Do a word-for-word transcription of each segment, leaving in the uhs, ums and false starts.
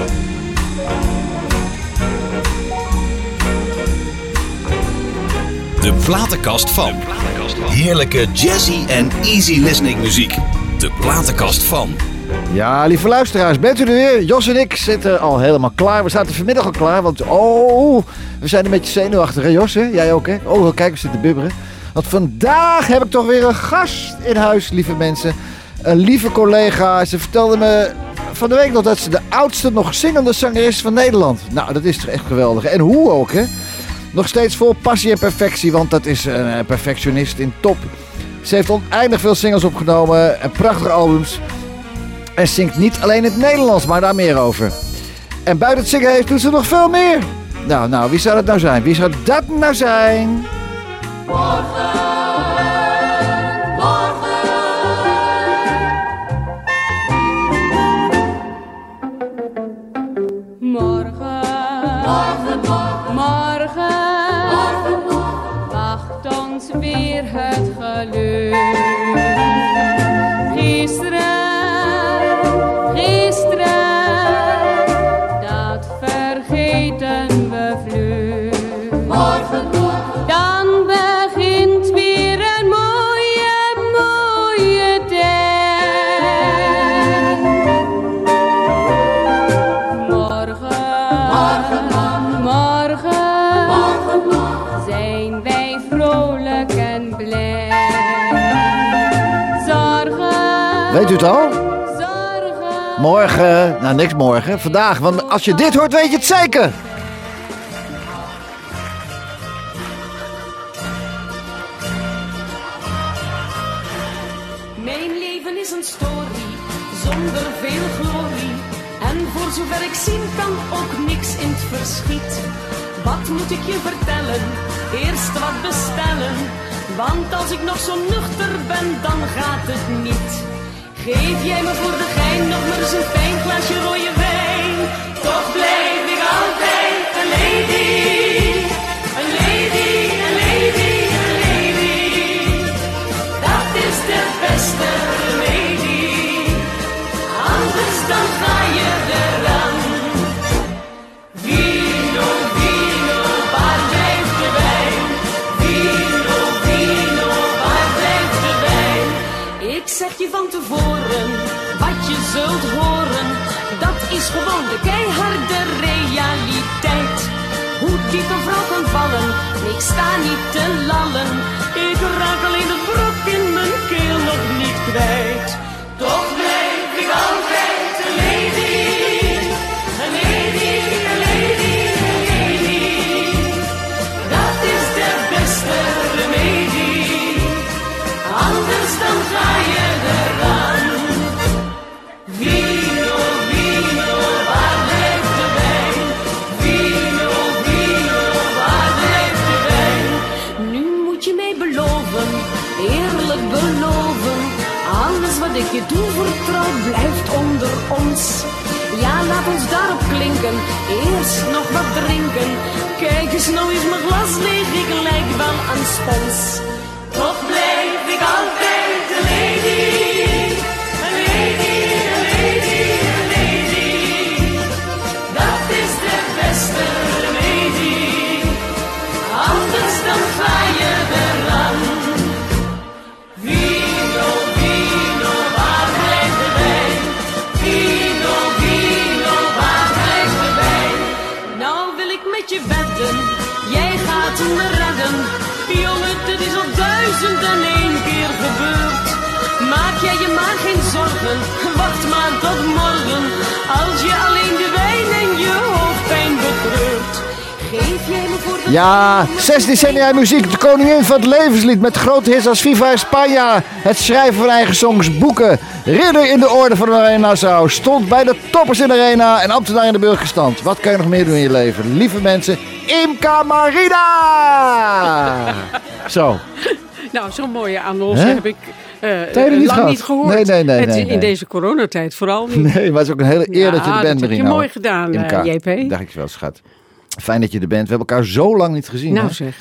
De platenkast van. Heerlijke jazzy en easy listening muziek. De platenkast van. Ja, lieve luisteraars, bent u er weer? Jos en ik zitten al helemaal klaar. We zaten vanmiddag al klaar, want oh, we zijn een beetje zenuwachtig, hè Jos? Hè? Jij ook, hè? Oh, kijk, we zitten bibberen. Want vandaag heb ik toch weer een gast in huis, lieve mensen. Een lieve collega. Ze vertelde me van de week nog dat ze de oudste nog zingende zanger is van Nederland. Nou, dat is toch echt geweldig. En hoe ook, hè? Nog steeds vol passie en perfectie, want dat is een perfectionist in top. Ze heeft oneindig veel singles opgenomen en prachtige albums. En zingt niet alleen in het Nederlands, maar daar meer over. En buiten het zingen heeft doet ze nog veel meer. Nou, nou, wie zou dat nou zijn? Wie zou dat nou zijn? Morgen, morgen. Morgen, morgen, morgen. Morgen, morgen, morgen. Wacht ons weer het geluk. Gisteren. Morgen, morgen. Dan begint weer een mooie, mooie tijd. Morgen, morgen, morgen, morgen, morgen, morgen zijn wij vrolijk en blij. Zorgen. Weet u het al? Zorgen. Morgen. Nou, niks morgen. Vandaag. Want als je dit hoort, weet je het zeker. Zonder veel glorie. En voor zover ik zien kan ook niks in het verschiet. Wat moet ik je vertellen? Eerst wat bestellen. Want als ik nog zo nuchter ben, dan gaat het niet. Geef jij me voor de gein nog maar eens een fijn glaasje rode wijn. Toch blijf ik altijd een lady. Een lady, een lady, een lady. Dat is de beste lady. Anders dan ga je eraan. Vino, vino, waar blijft de wijn? Vino, vino, waar blijft de wijn? Ik zeg je van tevoren, wat je zult horen, dat is gewoon de keiharde realiteit. Hoe diep een vrouw kan vallen, ik sta niet te lallen. Ik raak alleen het brok in mijn keel nog niet kwijt. Toch blijf ik altijd een lady, een lady, een lady, een lady. Dat is de beste remedie, anders dan ga je eraan. Vino, vino, waar blijft de wijn? Vino, vino, waar blijft de wijn? Nu moet je mij beloven, eerlijk beloven. Alles wat ik je doe vertrouw blijft onder ons. Ja, laat ons daarop klinken. Eerst nog wat drinken. Kijk eens, nou is mijn glas leeg. Ik lijk wel aan spons. Toch blijf ik altijd een lady. Een lady, een lady, een lady. Dat is de beste remedie. Anders dan ga je eraan. Vino, vino, waar blijft de wijn? Vino, vino, waar blijft de wijn? Nou wil ik met je wedden, jij gaat me redden. Jongen, dit is al duizend en één keer gebeurd. Maak jij je maar geen zorgen, wacht maar tot morgen. Als je alleen de wijn en je hoofdpijn betreurt. Geef jij me voor de... Ja, zes decennia muziek, de koningin van het levenslied met grote hits als Viva España, het schrijven van eigen songs, boeken, ridder in de orde van de Arena Nassau, stond bij de toppers in de arena en ambtenaar in de burgerstand. Wat kan je nog meer doen in je leven? Lieve mensen, Imca Marina! Zo. Nou, zo'n mooie annons heb ik uh, niet lang gehad? niet gehoord. Nee, nee, nee. Het, nee, in nee. deze coronatijd vooral niet. Nee, maar het is ook een hele eer ja, dat je er bent, Marina. dat heb je mooi gedaan, uh, J P. Dankjewel, schat. Fijn dat je er bent. We hebben elkaar zo lang niet gezien. Nou hè? zeg.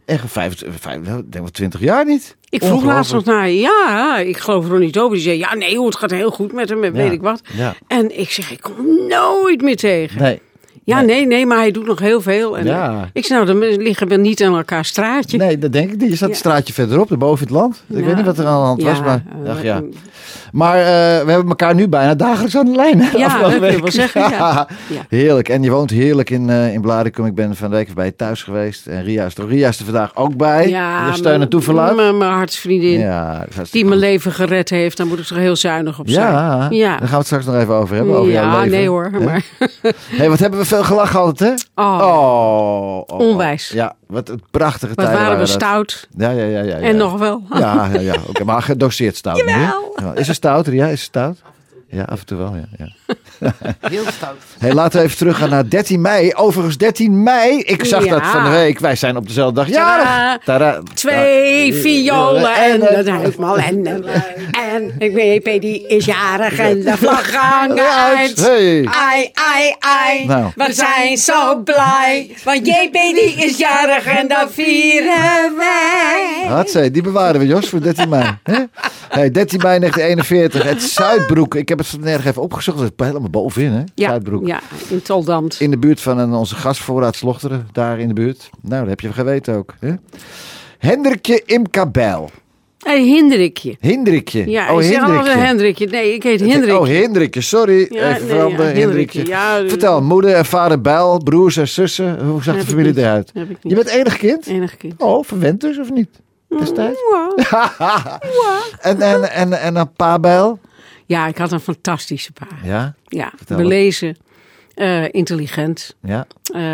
Echt vijfentwintig, vijfentwintig, ik denk wel twintig jaar niet. Ik vroeg laatst nog naar, ja, ik geloof er niet over. Die zei, ja, nee, hoor, het gaat heel goed met hem, en weet Ja, ik wat. ja. En ik zeg, ik kom hem nooit meer tegen. Nee. Ja, nee. nee, nee, maar hij doet nog heel veel. En Ja. ik zei, nou, dan liggen we niet aan elkaar straatje. Nee, dat denk ik niet. Je staat een Ja. straatje verderop, boven het land. Ik Ja. weet niet wat er aan de hand was, maar... eh, Ach, ja. Maar uh, we hebben elkaar nu bijna dagelijks aan de lijn. Hè? Ja, Afgelopen dat kun je week. wel zeggen, ja. Ja. Heerlijk. En je woont heerlijk in, uh, in Blaricum. Ik ben van de week bij je thuis geweest. En Ria is er, Ria is er vandaag ook bij. Ja, je steun en toeverlaat. Mijn mijn hartsvriendin, Ja, dat is hartstikke die mijn goed. leven gered heeft. Daar moet ik er heel zuinig op zijn. Ja, Ja. daar gaan we het straks nog even over hebben. Over jouw Ja, leven. nee hoor. Hè? Maar, Hey, wat hebben we veel gelachen altijd, hè? oh, Oh, oh, oh. Onwijs. Ja, wat een prachtige wat tijden waren we dat. stout. Ja, ja, ja, ja, ja. En nog wel. Ja, ja, ja. Oké, maar gedoseerd stout. nu, hè? Jawel. Ja. Is het stout, Ria? Is het stout? Ja, af en toe wel, ja. ja. Heel stout. Hey, laten we even teruggaan naar dertien mei. Overigens, dertien mei. Ik zag Ja. dat van de week. Wij zijn op dezelfde dag Tadaa. jarig. Tadaa. Twee Ja. violen En, en eh, een huismal en een... En ik weet, die is jarig en de vlag hangt uit. Hey. Ai, ai, ai. Nou. We zijn zo blij. Want J P die is jarig en dat vieren wij. Hatzee, die bewaren we, Jos, voor dertien mei. Hè? Hey, dertien mei negentien eenenveertig. Het Zuidbroek. Ik heb het nergens even opgezocht. Dat is helemaal bovenin, hè? Ja, Zuidbroek. ja, in Toldambt. In de buurt van een, onze gasvoorraad Slochteren. Daar in de buurt. Nou, dat heb je geweten ook. Hè? Hendrikje Imka Bijl. Hey, Hendrikje. Hendrikje. Ja, oh, ik zeg altijd Hendrikje. Hendrikje. Nee, ik heet Hendrik. Oh, Hendrikje, sorry. Ja, Even nee, veranderen. ja, Hendrikje. Hendrikje, ja. Vertel, moeder en vader Bijl, broers en zussen. Hoe zag Heb de ik familie niet. eruit? Heb ik niet. Je bent enig kind? Enig kind. Oh, verwend dus of niet? Destijds? Ja. En, en, en, en een pa Bijl? Ja, ik had een fantastische pa. Ja, Ja, Vertel belezen, eh, intelligent. ja.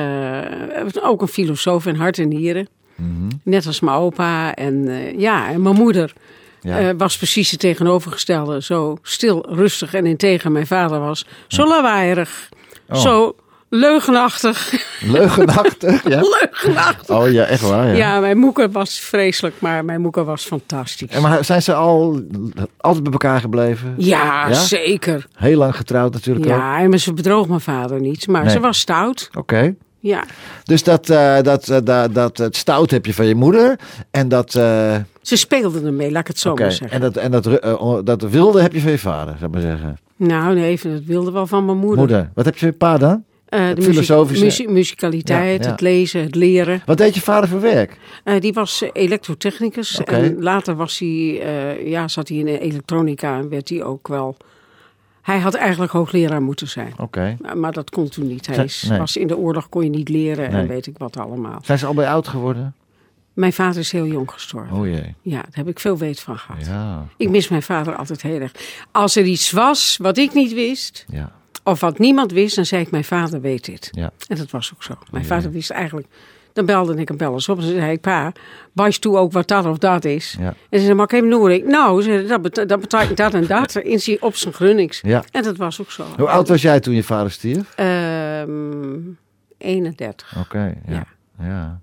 eh, ook een filosoof in hart en nieren. Mhm. Net als mijn opa. En eh, ja, en mijn moeder Ja. eh, was precies het tegenovergestelde. Zo stil, rustig en integer. Mijn vader was zo lawaaierig. Oh. Zo leugenachtig. Leugenachtig, ja. leugenachtig. Oh ja, echt waar, ja. Ja, mijn moeder was vreselijk, maar mijn moeder was fantastisch. En maar zijn ze al altijd bij elkaar gebleven? Ja, Ja? zeker. Heel lang getrouwd natuurlijk ook. Ja, en ze bedroog mijn vader niet. Maar Nee. ze was stout. Oké. Ja. Dus dat, eh, dat, eh, dat, dat, het stout heb je van je moeder. En dat... eh, Ze speelden ermee, laat ik het zo Oké, maar zeggen. en dat, en dat, eh, dat wilde heb je van je vader, zou ik maar zeggen. Nou, nee, het wilde wel van mijn moeder. Moeder. Wat heb je van je pa dan? Eh, Het de muziek, filosofische- muzie- muzikaliteit, Ja, ja. het lezen, het leren. Wat deed je vader voor werk? Eh, die was eh, elektrotechnicus. Oké. En later was hij, eh, ja, zat hij in de elektronica en werd hij ook wel... Hij had eigenlijk hoogleraar moeten zijn. Oké. Nou, maar dat kon toen niet. Hij Zijn- is, nee. was in de oorlog kon je niet leren Nee. en weet ik wat allemaal. Zijn ze allebei oud geworden? Mijn vader is heel jong gestorven. Oh jee. Ja, daar heb ik veel weet van gehad. Ja. Ik mis mijn vader altijd heel erg. Als er iets was wat ik niet wist, Ja. of wat niemand wist, dan zei ik, mijn vader weet dit. Ja. En dat was ook zo. Mijn Ja. vader wist eigenlijk... Dan belde ik hem wel eens op en zei ik, pa, wijs toe ook wat dat of dat is. Ja. En ze zei, maar ik heb nooit. Nou, zei, dat, bet- dat betekent dat en dat. In zijn, op zijn grunnings. Ja. En dat was ook zo. Hoe oud was jij toen je vader stierf? Ehm, eenendertig. Oké, ja. Ja. ja.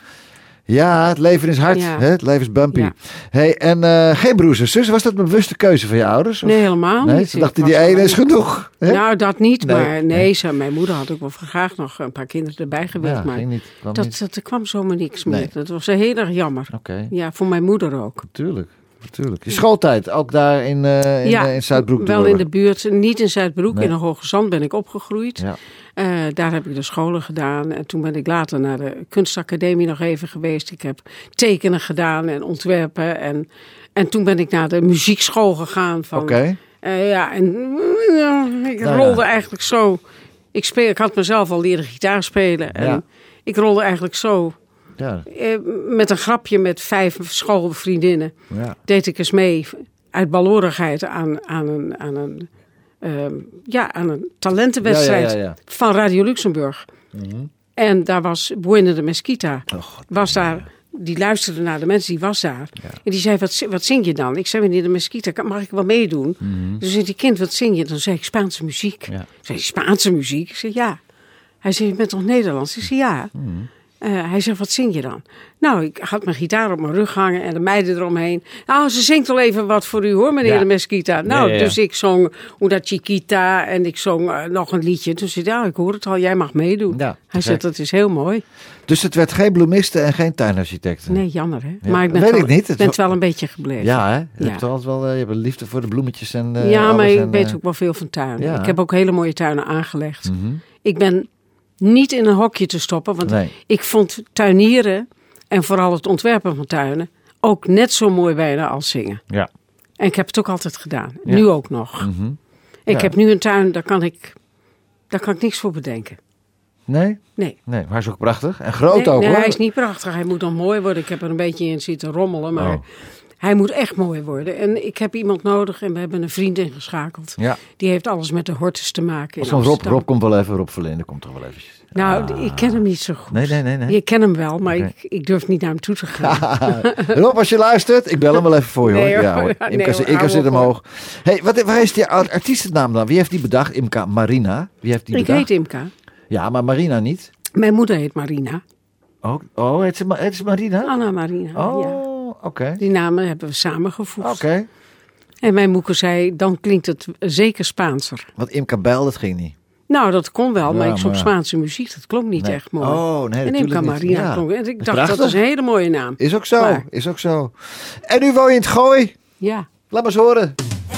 Ja, het leven is hard. Ja. Hè? Het leven is bumpy. Ja. Hey, en eh, geen broers en zussen. Was dat een bewuste keuze van je ouders? Of- Nee, helemaal Nee, niet. ze dachten Ik die was ene alleen- is genoeg. Hè? Nou, dat niet. Nee, maar nee, nee. Ze, mijn moeder had ook wel graag nog een paar kinderen erbij gewild. ja, maar ging niet. Kwam dat, niet. dat, er kwam zomaar niks meer. Nee. Dat was heel erg jammer. Oké, Ja, voor mijn moeder ook. natuurlijk. Natuurlijk. Je schooltijd, ook daar in, eh in, ja, eh, in Zuidbroek wel door. in de buurt. Niet in Zuidbroek, Nee. in een Hoge Zand ben ik opgegroeid. Ja. Eh, daar heb ik de scholen gedaan. En toen ben ik later naar de kunstacademie nog even geweest. Ik heb tekenen gedaan en ontwerpen. En, en toen ben ik naar de muziekschool gegaan. Van, Oké. eh, ja, en ja, ik Nou ja. rolde eigenlijk zo. Ik, speel, ik had mezelf al leren gitaar spelen. En Ja. ik rolde eigenlijk zo. Ja. eh, met een grapje met vijf schoolvriendinnen. Ja. Deed ik eens mee uit balorigheid aan, aan een... Aan een ehm, ja, aan een talentenwedstrijd Ja, ja, ja, ja. van Radio Luxemburg. En daar was Buena de Mesquita. Oh, God. Was daar, die luisterde naar de mensen, die was daar. En die zei, wat, zi- wat zing je dan? Ik zei, meneer de Mesquita, kan- mag ik wel meedoen? Dus zei die, kind, wat zing je? Dan zei ik, Spaanse muziek. Ja. Ik zei, Spaanse muziek? Ik zei, ja. Hij zei, je bent toch Nederlands? Ik zei, ja. Uh, hij zegt, wat zing je dan? Nou, ik had mijn gitaar op mijn rug hangen en de meiden eromheen. Nou, ze zingt wel even wat voor u hoor, meneer Ja. de Mesquita. Nou, Ja, ja, ja. dus ik zong Una Chiquita en ik zong uh, nog een liedje. Toen zei hij, nou, ik hoor het al, jij mag meedoen. Ja, hij zegt, dat is heel mooi. Dus het werd geen bloemiste en geen tuinarchitecten? Nee, jammer hè. Ja, Maar ik ben, weet wel, ik niet. Het ben is wel een beetje gebleven. Ja, hè? Je, Ja. hebt altijd wel, uh, je hebt een liefde voor de bloemetjes en uh, ja, maar alles ik en, weet uh, ook wel veel van tuinen. ja. Ik heb ook hele mooie tuinen aangelegd. Mm-hmm. Ik ben niet in een hokje te stoppen, want Nee. ik vond tuinieren en vooral het ontwerpen van tuinen ook net zo mooi bijna als zingen. Ja. En ik heb het ook altijd gedaan. Ja. Nu ook nog. Mm-hmm. Ik Ja. heb nu een tuin, daar kan ik, daar kan ik niks voor bedenken. Nee? Nee. Nee, maar hij is ook prachtig. En groot nee, ook, nee, hoor. hij is niet prachtig. Hij moet nog mooi worden. Ik heb er een beetje in zitten rommelen, maar Oh. hij moet echt mooi worden. En ik heb iemand nodig en we hebben een vriend ingeschakeld. Ja. Die heeft alles met de hortus te maken in Zo'n Rob, Amsterdam. Rob komt wel even, Rob Verlinde komt toch wel eventjes. Nou, Ah. ik ken hem niet zo goed. Nee, nee, nee. nee. Ik ken hem wel, maar Oké. ik, ik durf niet naar hem toe te gaan. Rob, als je luistert, ik bel hem wel even voor je, hoor. Nee, hoor. Ja, hoor. Ja, Imka, nee, hoor. Imka Hou zit op, hoor. omhoog. Hey, wat, waar is die artiestennaam dan? Wie heeft die bedacht? Imka Marina? Wie heeft die Ik bedacht? heet Imka. Ja, maar Marina niet. Mijn moeder heet Marina. Oh, oh heet, ze, Ma- heet ze Marina? Anna Marina, Oh, ja. oké. Okay. Die namen hebben we samengevoegd. Oké. En mijn moeder zei, dan klinkt het zeker Spaanser. Want Imka Bijl, dat ging niet. Nou, dat kon wel, maar Ja, ik zong maar- Spaanse muziek. Dat klonk niet Nee. echt mooi. Oh, nee, en natuurlijk Imka niet. Marina Ja. klonk. En ik Dat is dacht, dat prachtig. is een hele mooie naam. Is ook zo, Maar- is ook zo. En nu woon je in het Gooi. Ja. Laat maar eens horen.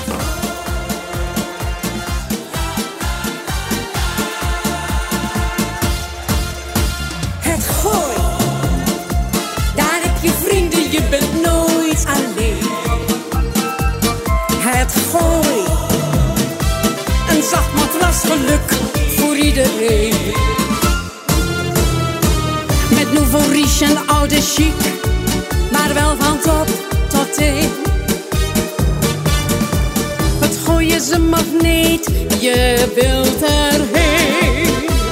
Het Gooi, daar heb je vrienden, je bent nooit alleen. Het Gooi, een zacht matras geluk voor iedereen. Met nouveau riche en oude chic, maar wel van top tot teen. Het Gooi is een magneet, je wilt erheen.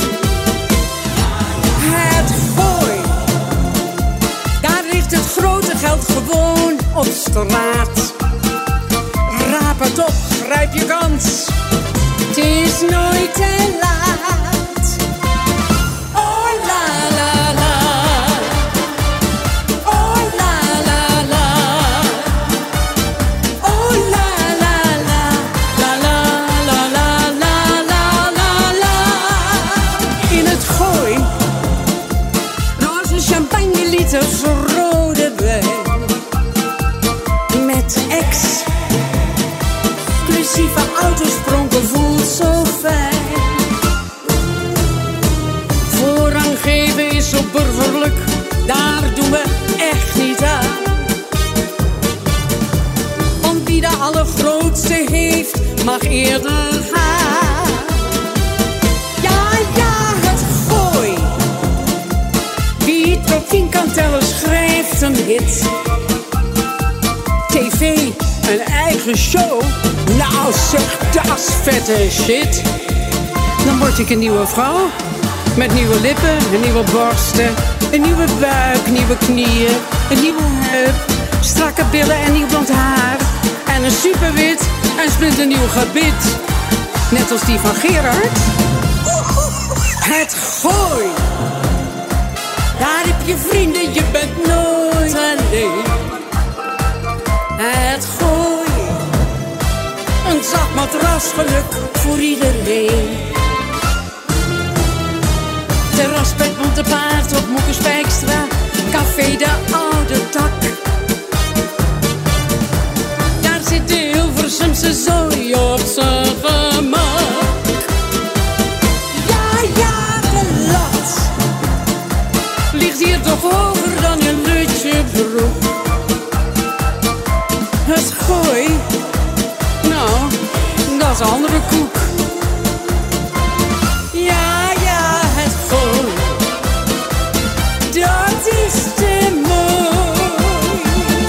Het Gooi, daar ligt het grote geld gewoon op straat. Raap het op, grijp je kans, het is nooit te laat. Oh la la la, oh la la la, oh la la la, la la la la la la la la. In het Gooi, roze champagne liters rode wijn. Met ex, exclusieve auto's pronken voelt zo fijn. Voorrang geven is zo burgerlijk, daar doen we echt niet aan. Want wie de allergrootste heeft, mag eerder gaan. Ja, ja, het Gooi. Wie tot tien kan tellen, schrijft een hit. T V, een eigen show. Nou zeg, dat is vette shit. Dan word ik een nieuwe vrouw. Met nieuwe lippen, een nieuwe borsten. Een nieuwe buik, nieuwe knieën. Een nieuwe heup, strakke billen en nieuw blond haar. En een superwit en splinternieuw gebit. Net als die van Gerard. Het Gooi. Daar heb je vrienden, je bent nooit alleen. Het Gooi, een zacht matras geluk voor iedereen. Terras bij het Bonte Paard op Moekenspijkstra, café de Oude Tak. Daar zit de Hilversumse zooi op zijn gemak. Ja, ja, de lat ligt hier toch hoger dan een lutje broek. Het Gooi, nou, dat is een andere koek. Ja, ja, het Gooi, dat is te mooi.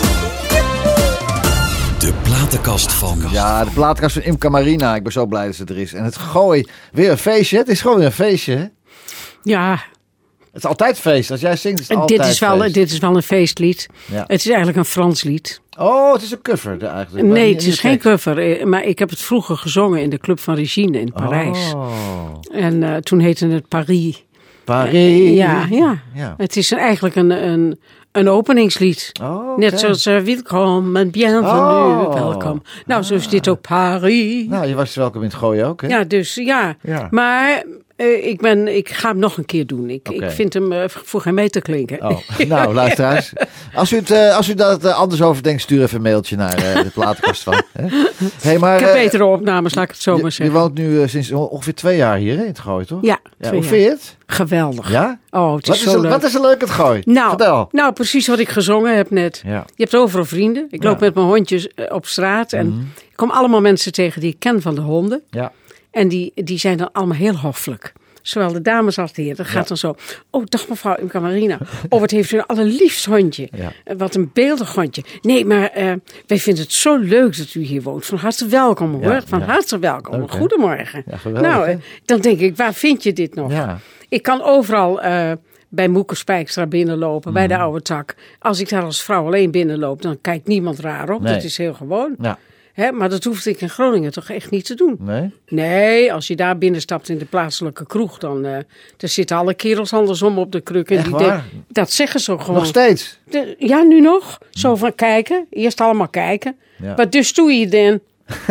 De platenkast van... Ja, de plaatkast van Imka Marina. Ik ben zo blij dat ze er is. En het Gooi, weer een feestje. Het is gewoon weer een feestje, hè? Ja, Het is altijd feest. Als jij zingt, is het en altijd dit is, wel, feest. dit is wel een feestlied. Ja. Het is eigenlijk een Frans lied. Oh, het is een cover de- eigenlijk. Maar Nee, niet- het niet is geen tekst. cover. eh, Maar ik heb het vroeger gezongen in de Club van Regine in Parijs. Oh. En uh, toen heette het Paris. Paris. Ja, ja. Ja. Het is eigenlijk een, een, een openingslied. Oh, Net oké. zoals uh, welkom en bienvenue, Oh. welkom. Nou, zo is dit ook Paris. Nou, je was welkom in het gooien ook, hè? Ja, dus ja. Ja. Maar uh, ik, ben, ik ga hem nog een keer doen. Ik, Oké. ik vind hem uh, voor geen meter klinken. Oh, nou, luisteraars. Als u, het, uh, als u daar uh, anders over denkt, stuur even een mailtje naar uh, de platenkast van. Hè? Hey, maar, Ik heb uh, betere opnames, laat ik het zo je, maar je zeggen. woont nu uh, sinds ongeveer twee jaar hier hè, in het Gooi, toch? Ja, Ja, twee hoe jaar. vind je het? Geweldig. Ja? Oh, het is Wat is, zo er, leuk. wat is er leuk het Gooi? Nou, Vertel. nou, precies wat ik gezongen heb net. Ja. Je hebt overal vrienden. Ik loop Ja. met mijn hondjes uh, op straat. En Mhm. ik kom allemaal mensen tegen die ik ken van de honden. Ja. En die, die zijn dan allemaal heel hoffelijk. Zowel de dames als de heren. Dat gaat Ja. dan zo. Oh, dag mevrouw Imca Marina. Oh, wat heeft u een allerliefst hondje. Ja. Eh, Wat een beeldig hondje. Nee, maar uh, wij vinden het zo leuk dat u hier woont. Van harte welkom hoor. Ja, Van ja. harte welkom. Leuk, hè? Goedemorgen. Ja, geweldig, nou, hè? eh, dan denk ik, waar vind je dit nog? Ja. Ik kan overal uh, bij Moeke Spijkstra binnenlopen. Bij de Mhm. Oude Tak. Als ik daar als vrouw alleen binnenloop, dan kijkt niemand raar op. Nee. Dat is heel gewoon. Ja. Hè, maar dat hoefde ik in Groningen toch echt niet te doen. Nee? Nee, als je daar binnenstapt in de plaatselijke kroeg, dan uh, daar zitten alle kerels andersom op de kruk. En Echt die waar? denken- dat zeggen ze gewoon. Nog steeds? De- ja, nu nog. Zo van kijken. Eerst allemaal kijken. Ja. Wat dus doe je dan?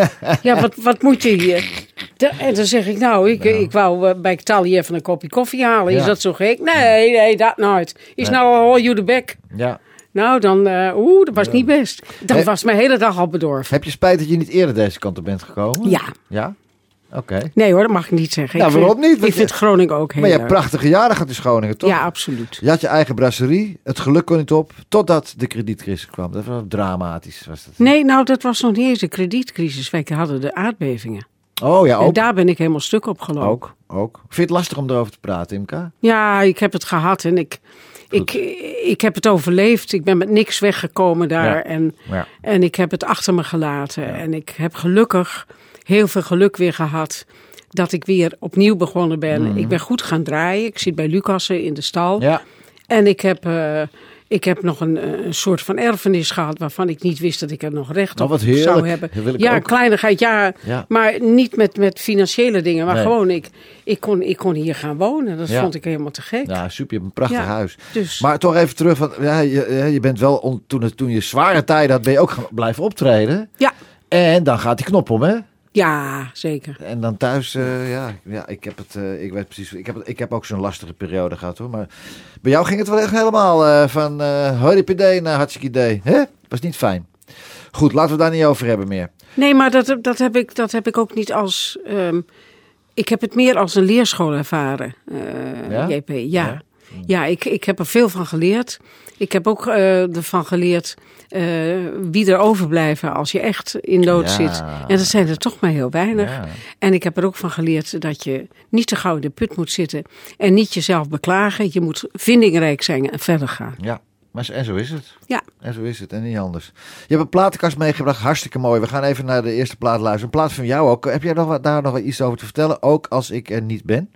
Ja, wat, wat moet je hier? De- en dan zeg ik, nou, ik, ik wou uh, bij Tali even een kopje koffie halen. Ja. Is dat zo gek? Nee, nee, dat nooit. Is Nee. nou al hol je de bek? Ja. Nou, dan, uh, oeh, dat was niet best. Dan Hey. was mijn hele dag al bedorven. Heb je spijt dat je niet eerder deze kant op bent gekomen? Ja. Ja? Oké. Nee hoor, dat mag ik niet zeggen. Nou, ik vind, waarom niet? Want Ik vind je- Groningen ook heel Maar je hebt leuk. prachtige jaren gehad in Groningen, toch? Ja, absoluut. Je had je eigen brasserie, het geluk kon niet op, totdat de kredietcrisis kwam. Dat was dramatisch, was dat. Nee, nou, dat was nog niet eens de kredietcrisis. Wij hadden de aardbevingen. Oh ja, En ook. daar ben ik helemaal stuk op gelopen. Ook, ook. Vind je het lastig om erover te praten, Imka? Ja, ik heb het gehad en ik, ik, ik heb het overleefd. Ik ben met niks weggekomen daar. Ja. En, Ja. en ik heb het achter me gelaten. En ik heb gelukkig heel veel geluk weer gehad dat ik weer opnieuw begonnen ben. Ik ben goed gaan draaien. Ik zit bij Lucassen in de stal. Ja. En ik heb, uh, ik heb nog een, een soort van erfenis gehad waarvan ik niet wist dat ik er nog recht Oh, op wat heerlijk. zou hebben. Dat wil ik ja, ook. kleinigheid, ja, Ja. maar niet met, met financiële dingen. Maar Nee. gewoon, ik, ik, kon, ik kon hier gaan wonen. Dat Ja. vond ik helemaal te gek. Ja, super. Je hebt een prachtig Ja, huis. dus- Maar toch even terug. Van, ja, je, je bent wel, on- toen, het- toen je zware tijden had, ben je ook gaan blijven optreden. Ja, En dan gaat die knop om, hè? ja, zeker. En dan thuis, uh, ja, ja, ik heb het, uh, ik weet precies, ik heb, het, ik heb ook zo'n lastige periode gehad, hoor. Maar bij jou ging het wel echt helemaal uh, van uh, hoi naar hartstikke idee. Hè? Was niet fijn. Goed, laten we het daar niet over hebben meer. Nee, maar dat, dat, heb, ik, dat heb ik ook niet als... Um, ik heb het meer als een leerschool ervaren, uh, Ja? J P. Ja, Ja? ja ik, ik heb er veel van geleerd. Ik heb ook uh, ervan geleerd uh, wie er overblijven als je echt in nood Ja. zit. En dat zijn er toch maar heel weinig. Ja. En ik heb er ook van geleerd dat je niet te gauw in de put moet zitten. En niet jezelf beklagen. Je moet vindingrijk zijn en verder gaan. Ja, maar, en zo is het. Ja. En zo is het en niet anders. Je hebt een platenkast meegebracht, hartstikke mooi. We gaan even naar de eerste plaat luisteren. Een plaat van jou ook. Heb jij nog wat, daar nog wat iets over te vertellen? Ook als ik er niet ben?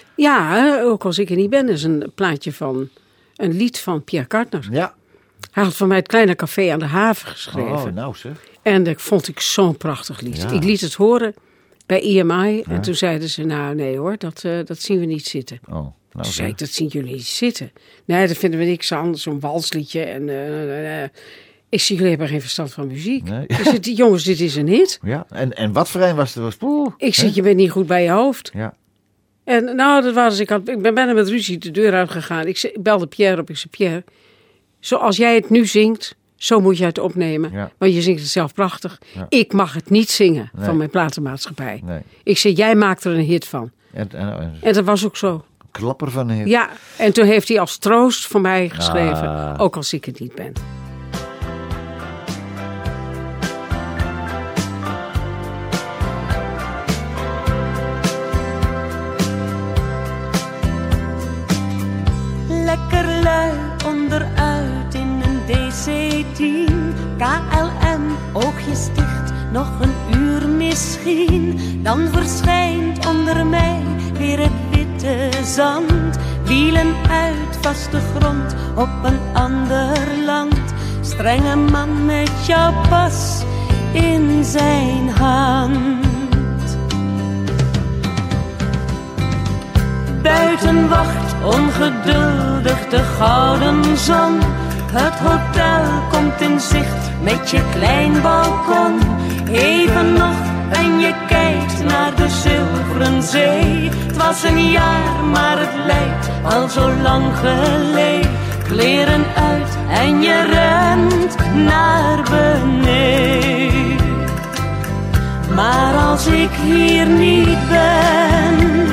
Ja, ook als ik er niet ben. Dat is een plaatje van een lied van Pierre Kartner. Ja. Hij had van mij het kleine café aan de haven geschreven. Oh, nou zeg. En dat vond ik zo'n prachtig lied. Ja. Ik liet het horen bij I M I. En toen zeiden ze, nou nee hoor, dat, uh, dat zien we niet zitten. Oh, nou Toen zeg. zei ik, dat zien jullie niet zitten. Nee, dat vinden we niks aan. Zo'n walsliedje. En uh, uh, ik zie, jullie hebben geen verstand van muziek. Nee. Ik zeg, jongens, dit is een hit. Ja, en, en wat voor een was er? Was, poeh, Ik hè? zeg, je bent niet goed bij je hoofd. Ja. En nou, dat was ik. Had, ik ben bijna met ruzie de deur uitgegaan. Ik, zei, ik belde Pierre op. Ik zei, Pierre, zoals jij het nu zingt, zo moet je het opnemen. Ja. Want je zingt het zelf prachtig. Ja. Ik mag het niet zingen Nee. van mijn platenmaatschappij. Nee. Ik zei, jij maakt er een hit van. En, en, en En dat was ook zo. klapper van een hit. Ja, en toen heeft hij als troost voor mij geschreven. Ah. Ook als ik het niet ben. Lekker lui onderuit in een D C tien. K L M, oogjes dicht, nog een uur misschien. Dan verschijnt onder mij weer het witte zand. Wielen uit vaste grond op een ander land. Strenge man met jouw pas in zijn hand. Buiten wacht ongeduldig de gouden zon. Het hotel komt in zicht met je klein balkon. Even nog en je kijkt naar de zilveren zee. Het was een jaar, maar het lijkt al zo lang geleden. Kleren uit en je rent naar beneden. Maar als ik hier niet ben,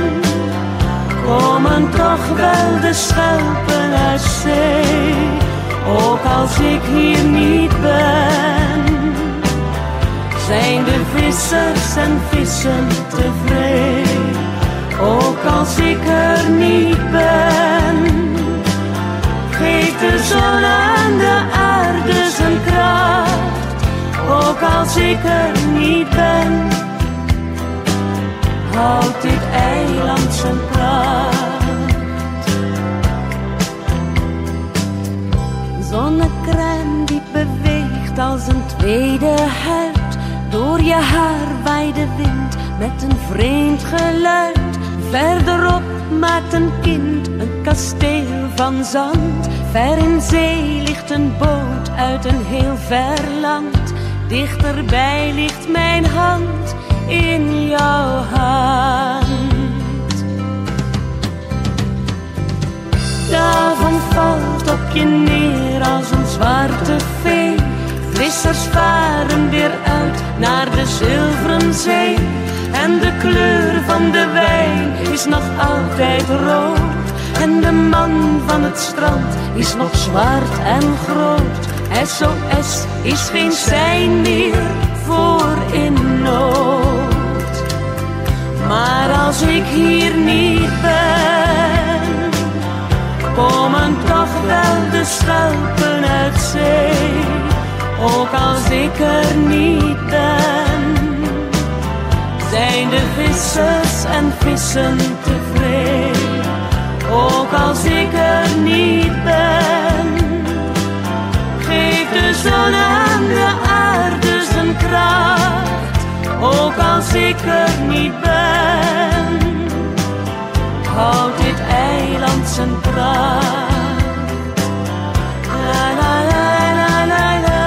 komen toch wel de schelpen uit zee. Ook als ik hier niet ben, zijn de vissers en vissen tevreden. Ook als ik er niet ben, geeft de zon aan de aarde zijn kracht. Ook als ik er niet ben, houdt dit eiland zijn pracht. Zonnecrème die beweegt als een tweede huid. Door je haar waait de wind met een vreemd geluid. Verderop maakt een kind een kasteel van zand. Ver in zee ligt een boot uit een heel ver land. Dichterbij ligt mijn hand in jouw hand. De avond valt op je neer als een zwarte vee. Vissers varen weer uit naar de zilveren zee. En de kleur van de wijn is nog altijd rood. En de man van het strand is nog zwart en groot. S O S is geen sein meer voor in nood. Maar als ik hier niet ben, komen toch wel de schelpen uit zee. Ook als ik er niet ben, zijn de vissers en vissen tevreden. Ook als ik er niet ben, geeft de zon aan de aarde zijn kracht. Ook als ik er niet ben, houdt dit eiland zijn pracht. La la la la la la.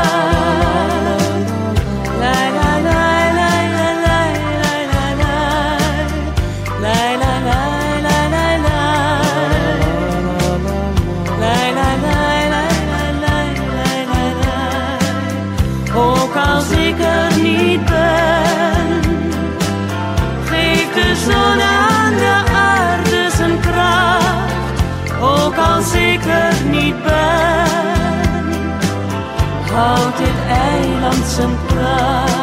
Ook als ik er niet ben, geeft de zon aan de aarde zijn kracht. Ook als ik er niet ben, houdt dit eiland zijn pracht.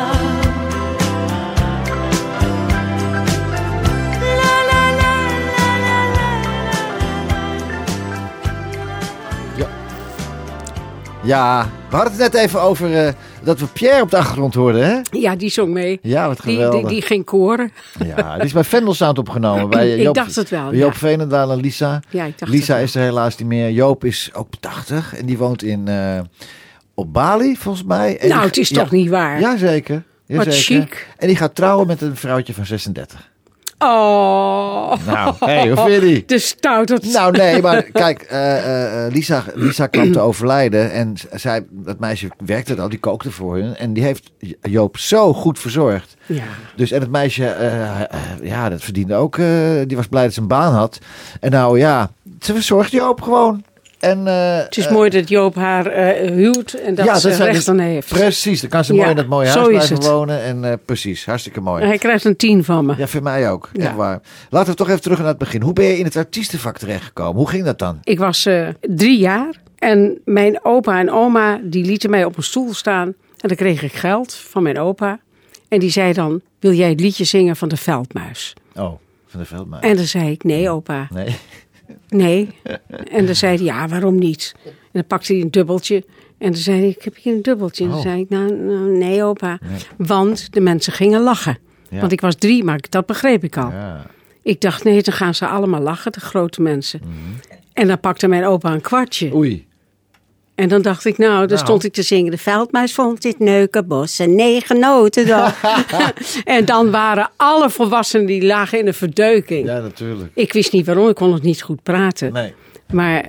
Ja, we hadden het net even over uh, dat we Pierre op de achtergrond hoorden, hè? Ja, die zong mee. Ja, wat Die, geweldig. die, die ging koren. Ja, die is bij Vendel Sound opgenomen. Bij Joop, Ik dacht het wel, bij Joop ja. Veenendaal en Lisa. Ja, ik dacht Lisa het wel. is er helaas niet meer. Joop is ook tachtig en die woont in, uh, op Bali, volgens mij. En Nou, die- het is ja, toch niet waar? Jazeker. Wat jazeker. chic. En die gaat trouwen met een vrouwtje van zesendertig. Oh. Nou, hé, hey, hoe vind je die? De stouterd. Nou, nee, maar kijk, uh, uh, Lisa, Lisa kwam te overlijden en zij, dat meisje werkte al, die kookte voor hun en die heeft Joop zo goed verzorgd. Ja. Dus en het meisje, uh, uh, ja, dat verdiende ook, uh, die was blij dat ze een baan had. En nou ja, ze verzorgt Joop gewoon. En, uh, Het is uh, mooi dat Joop haar uh, huwt en dat ja, ze zijn rechten dus- heeft. Precies, dan kan ze Ja, mooi in dat mooie zo huis is blijven het. wonen. En uh, precies, hartstikke mooi. Hij krijgt een tien van me. Ja, voor mij ook. Echt Ja. waar. Laten we toch even terug naar het begin. Hoe ben je in het artiestenvak terechtgekomen? Hoe ging dat dan? Ik was uh, drie jaar en mijn opa en oma die lieten mij op een stoel staan. En dan kreeg ik geld van mijn opa. En die zei dan, wil jij het liedje zingen van de Veldmuis? Oh, van de Veldmuis. En dan zei ik, nee opa, Nee. nee. En dan zei hij, ja, waarom niet? En dan pakte hij een dubbeltje. En dan zei hij, ik heb hier een dubbeltje. En dan Oh. zei ik, nou, nou nee opa. Nee. Want de mensen gingen lachen. Ja. Want ik was drie, maar dat begreep ik al. Ja. Ik dacht, nee, dan gaan ze allemaal lachen, de grote mensen. Mhm. En dan pakte mijn opa een kwartje. Oei. En dan dacht ik, nou, dan Nou. stond ik te zingen. De veldmuis vond dit neukenbos en negen noten dan. En dan waren alle volwassenen die lagen in een verdeuking. Ja, natuurlijk. Ik wist niet waarom, ik kon nog niet goed praten. Nee. Maar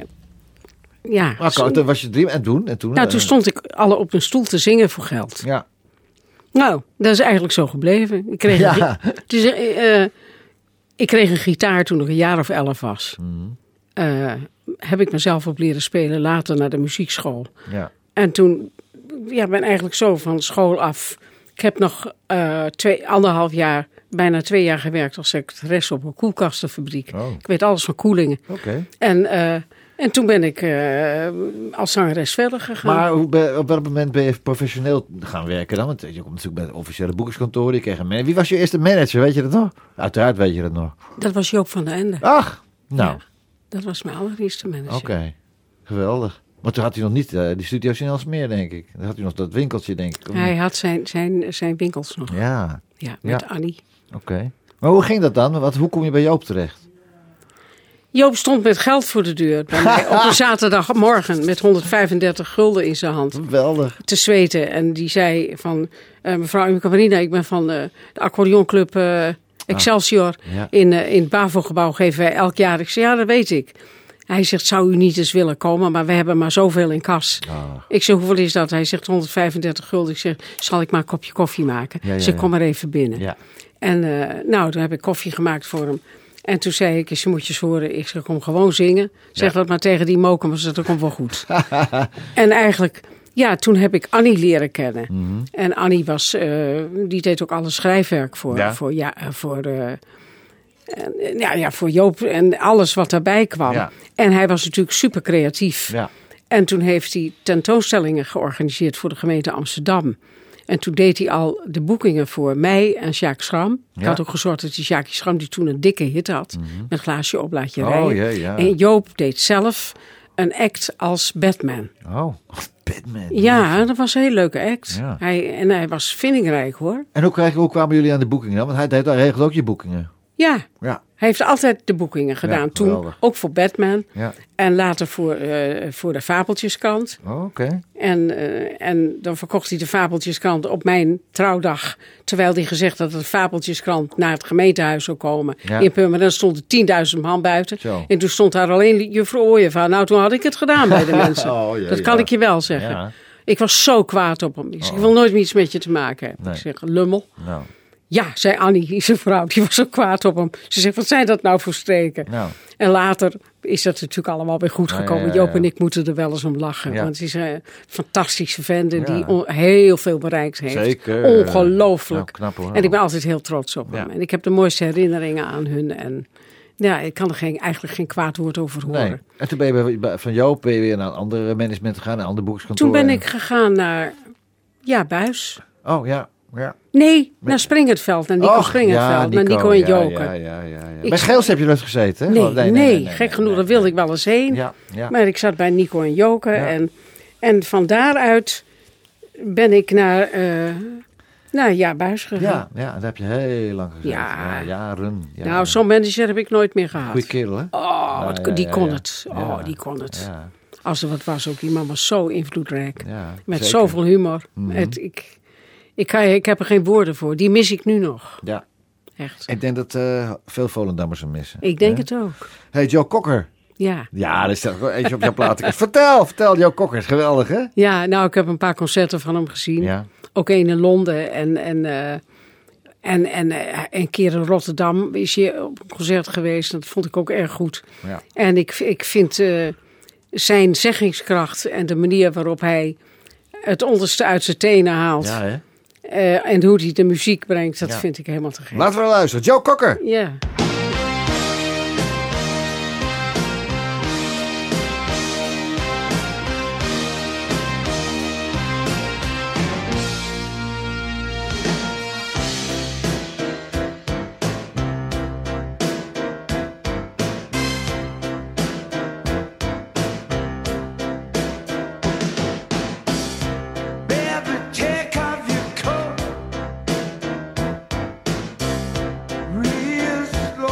ja, Maar zo- toen was je drie en toen? En toen nou, toen eh, stond ik alle op een stoel te zingen voor geld. Ja. Nou, dat is eigenlijk zo gebleven. Ik kreeg, een, Ja. gi- dus, eh, eh, ik kreeg een gitaar toen ik een jaar of elf was. Mhm. Eh, heb ik mezelf op leren spelen, later naar de muziekschool. Ja. En toen ja, ben eigenlijk zo van school af. Ik heb nog eh, twee, anderhalf jaar, bijna twee jaar gewerkt als secretaresse op een koelkastenfabriek. Oh. Ik weet alles van koelingen. Oké. En, eh, en toen ben ik eh, als zangeres verder gegaan. Maar hoe ben- op welk moment ben je professioneel gaan werken dan? Want je komt natuurlijk bij het officiële boekerskantoor. Je kreeg een manager. Wie was je eerste manager? Weet je dat nog? Uiteraard weet je dat nog. Dat was Joop van den Ende. Ach, nou, Ja, dat was mijn allereerste manager. oké. Geweldig. Maar toen had hij nog niet eh, die studio's in Elsmeer, denk ik. Dan had hij nog dat winkeltje, denk ik. Of Hij niet? had zijn, zijn, zijn winkels nog. Ja, Ja, met Ja. Annie. oké. Maar hoe ging dat dan? Wat, hoe kom je bij Joop terecht? Joop stond met geld voor de deur bij mij op een zaterdagmorgen met honderdvijfendertig gulden in zijn hand Geweldig. te zweten. En die zei van, eh, mevrouw Imke Marina, ik ben van eh, de accordeonclub eh, Excelsior. Ja. In, eh, in het BAVO-gebouw geven wij elk jaar. Ik zei, ja, dat weet ik. Hij zegt, zou u niet eens willen komen, maar we hebben maar zoveel in kas. Ah. Ik zeg, hoeveel is dat? Hij zegt honderdvijfendertig gulden. Ik zeg, zal ik maar een kopje koffie maken? Ja, ja, Ze ja. kom maar even binnen. Ja. En eh, nou, toen heb ik koffie gemaakt voor hem. En toen zei ik, je moet je eens horen, ik zeg, kom gewoon zingen. Zeg Ja. dat maar tegen die moken, maar dat komt wel goed. En eigenlijk, ja, toen heb ik Annie leren kennen. Mhm. En Annie was, eh, die deed ook alle schrijfwerk voor, Ja. voor, ja, eh, voor, eh, en, eh, ja, ja, voor Joop en alles wat daarbij kwam. Ja. En hij was natuurlijk super creatief. Ja. En toen heeft hij tentoonstellingen georganiseerd voor de gemeente Amsterdam. En toen deed hij al de boekingen voor mij en Jacques Schram. Ik Ja. had ook gezorgd dat die Jacques Schram, die toen een dikke hit had, met glaasje op laat je Oh, rijden. ja, ja. En Joop deed zelf een act als Batman. Oh, Batman. Ja, dat was een hele leuke act. Ja. Hij, en hij was vindingrijk hoor. En hoe, krijg, hoe kwamen jullie aan de boekingen dan? Want hij, deed- hij regelt ook je boekingen. Ja, Ja. hij heeft altijd de boekingen gedaan. Toen geweldig. ook voor Batman. Ja. En later voor, eh, voor de Fabeltjeskrant. Oh, oké. En, eh, en dan verkocht hij de Fabeltjeskrant op mijn trouwdag. Terwijl hij gezegd had dat de Fabeltjeskrant naar het gemeentehuis zou komen. Ja. In Purmerend stonden tienduizend man buiten. Zo. En toen stond daar alleen juffrouw Ooyevaar. Nou, toen had ik het gedaan bij de mensen. Oh, ja, dat kan ja. ik je wel zeggen. Ja. Ik was zo kwaad op hem. Ik, zeg, ik wil nooit meer iets met je te maken hebben. Nee. Ik zeg, lummel. Nou, Ja, zei Annie, zijn vrouw, die was zo kwaad op hem. Ze zegt, wat zijn dat nou voor streken? nou. En later is dat natuurlijk allemaal weer goed Ja, gekomen. ja, ja, Joop ja. en ik moeten er wel eens om lachen. Ja. Want hij is een fantastische vent en Ja. die on- heel veel bereikt heeft. Zeker. Ongelooflijk. Nou, knap, hoor. En ik ben altijd heel trots op Ja. hem. En ik heb de mooiste herinneringen aan hun. En ja, ik kan er geen, eigenlijk geen kwaad woord over horen. Nee. En toen ben je bij- bij- van Joop ben je weer naar een andere management gegaan, een ander boekerskantoor. Toen ben en- ik gegaan naar, ja, Buis. Oh, ja. ja. Nee, naar Springertveld, naar Nico Och, Springertveld, ja, naar Nico en ja, Joker. Ja, ja, ja, ja. Ik- Bij Geels heb je nooit gezeten, hè? Nee, Oh, nee, gek genoeg, nee, daar wilde ik wel eens heen. Ja, ja. Maar ik zat bij Nico en Joker. Ja. En, en van daaruit ben ik naar, eh naar Ja Buis gegaan. Ja, ja, daar heb je heel lang gezeten. Ja. Ja, jaren. Ja. Nou, zo'n manager heb ik nooit meer gehad. Goeie kerel, hè? Oh, wat- Ja, ja, die ja, kon ja. het. Oh, Ja. die kon het. Ja, Als er wat was ook. Die man was zo invloedrijk. ja, Met zeker. zoveel humor. Mhm. Het, ik, ik, kan, ik heb er geen woorden voor. Die mis ik nu nog. Ja, Echt. ik denk dat eh, veel Volendammers hem missen. Ik denk Hè? het ook. Hey, Joe Cocker. Ja. Ja, er staat gewoon eentje op jouw platen. Vertel, vertel, Joe Cocker is geweldig, hè? Ja, nou, ik heb een paar concerten van hem gezien. Ja. Ook één in Londen en, en, eh, en, en eh, een keer in Rotterdam is hij op een concert geweest. Dat vond ik ook erg goed. Ja. En ik, ik vind eh, zijn zeggingskracht en de manier waarop hij het onderste uit zijn tenen haalt. Ja, hè? eh, en hoe hij de muziek brengt, dat Ja. vind ik helemaal te gek. Laten we luisteren. Joe Cocker. Ja. Baby, take off your coat real slow.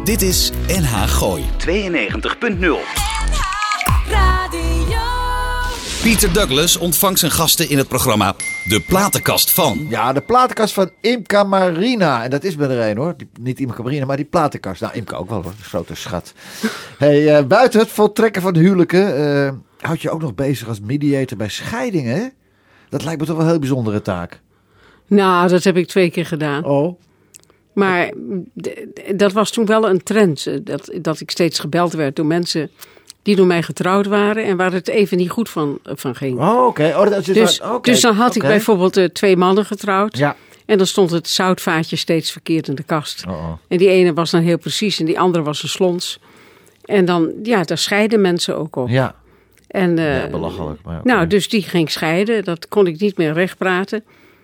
Dit is N H Gooi tweeënnegentig punt nul. Radio. Pieter Douglas ontvangt zijn gasten in het programma De Platenkast van. Ja, de platenkast van Imca Marina. En dat is bij er een hoor. Die, niet Imca Marina, maar die platenkast. Nou, Imca ook wel hoor. Een grote schat. Hey, uh, buiten het voltrekken van huwelijken uh, houd je ook nog bezig als mediator bij scheidingen. Hè? Dat lijkt me toch wel een heel bijzondere taak. Nou, dat heb ik twee keer gedaan. Oh. Maar d- d- dat was toen wel een trend. eh, Dat, dat ik steeds gebeld werd door mensen die door mij getrouwd waren. En waar het even niet goed van, van ging. Oh, oké. Okay. Oh, dat is Dus, okay. dus dan had okay. ik bijvoorbeeld uh, twee mannen getrouwd. Ja. En dan stond het zoutvaatje steeds verkeerd in de kast. Oh, oh. En die ene was dan heel precies en die andere was een slons. En dan, ja, daar scheiden mensen ook op. Ja. En, uh, Ja, belachelijk. Maar okay. Nou, dus die ging scheiden. Dat kon ik niet meer rechtpraten.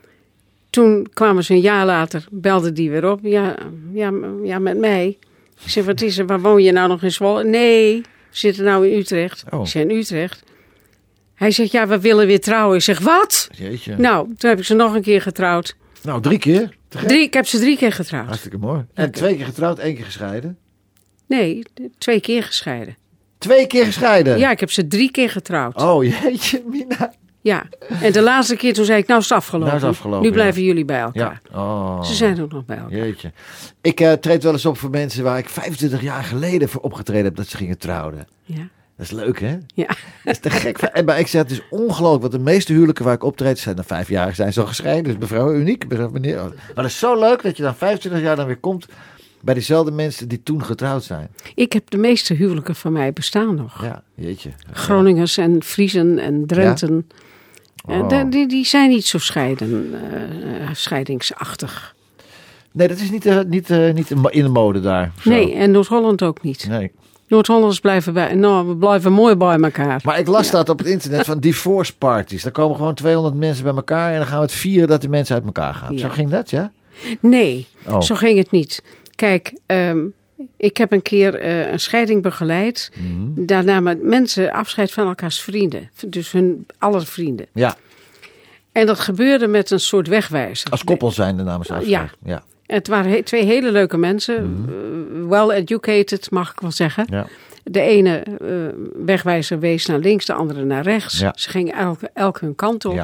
Toen kwamen ze een jaar later, belde die weer op. Ja, ja, ja met mij. Ik zei, wat is er? Waar woon je nou nog in Zwolle? Nee, we zitten nou in Utrecht. Oh. Ik zei, in Utrecht? Hij zegt, ja, we willen weer trouwen. Ik zeg, wat? Jeetje. Nou, toen heb ik ze nog een keer getrouwd. Nou, drie keer. Te gek. Drie, ik heb ze drie keer getrouwd. Hartstikke mooi. En twee keer getrouwd, één keer gescheiden. Nee, twee keer gescheiden. Twee keer gescheiden? Ja, ik heb ze drie keer getrouwd. Oh, jeetje, Mina. Ja, en de laatste keer toen zei ik, nou is het afgelopen. Nou is het afgelopen, Nu blijven jullie bij Ja. elkaar. Oh. Ze zijn ook nog bij elkaar. Jeetje. Ik uh, treed wel eens op voor mensen waar ik vijfentwintig jaar geleden voor opgetreden heb dat ze gingen trouwen. Ja. Dat is leuk, hè? Ja. Dat is te gek. En maar ik zeg, het is ongelooflijk, want de meeste huwelijken waar ik optreed zijn dan vijf jaar zijn zo gescheiden. Dus mevrouw, uniek. Mevrouw, meneer. Maar dat is zo leuk dat je dan vijfentwintig jaar dan weer komt bij diezelfde mensen die toen getrouwd zijn. Ik heb de meeste huwelijken van mij bestaan nog. Ja, jeetje. Groningers en Friezen en Drenten. Ja? En Oh. da- die, die zijn niet zo scheiden, uh, scheidingsachtig. Nee, dat is niet, uh, niet, uh, niet in de mode daar. Zo. Nee, en Noord-Holland ook niet. Nee. Noord-Hollanders blijven bij, nou, we blijven mooi bij elkaar. Maar ik las dat op het internet van divorce parties. Daar komen gewoon tweehonderd mensen bij elkaar en dan gaan we het vieren dat die mensen uit elkaar gaan. Ja. Zo ging dat, ja? Nee, Oh. zo ging het niet. Kijk, um, ik heb een keer uh, een scheiding begeleid. Mhm. Daar namen mensen afscheid van elkaars vrienden. Dus hun aller vrienden. Ja, En dat gebeurde met een soort wegwijzer. als koppel zijn de namens afscheid. Ja. Ja. En het waren he- twee hele leuke mensen. uh, well educated, mag ik wel zeggen. Ja. De ene uh, wegwijzer wees naar links, de andere naar rechts. Ja. Ze gingen elk, elk hun kant op. Ja.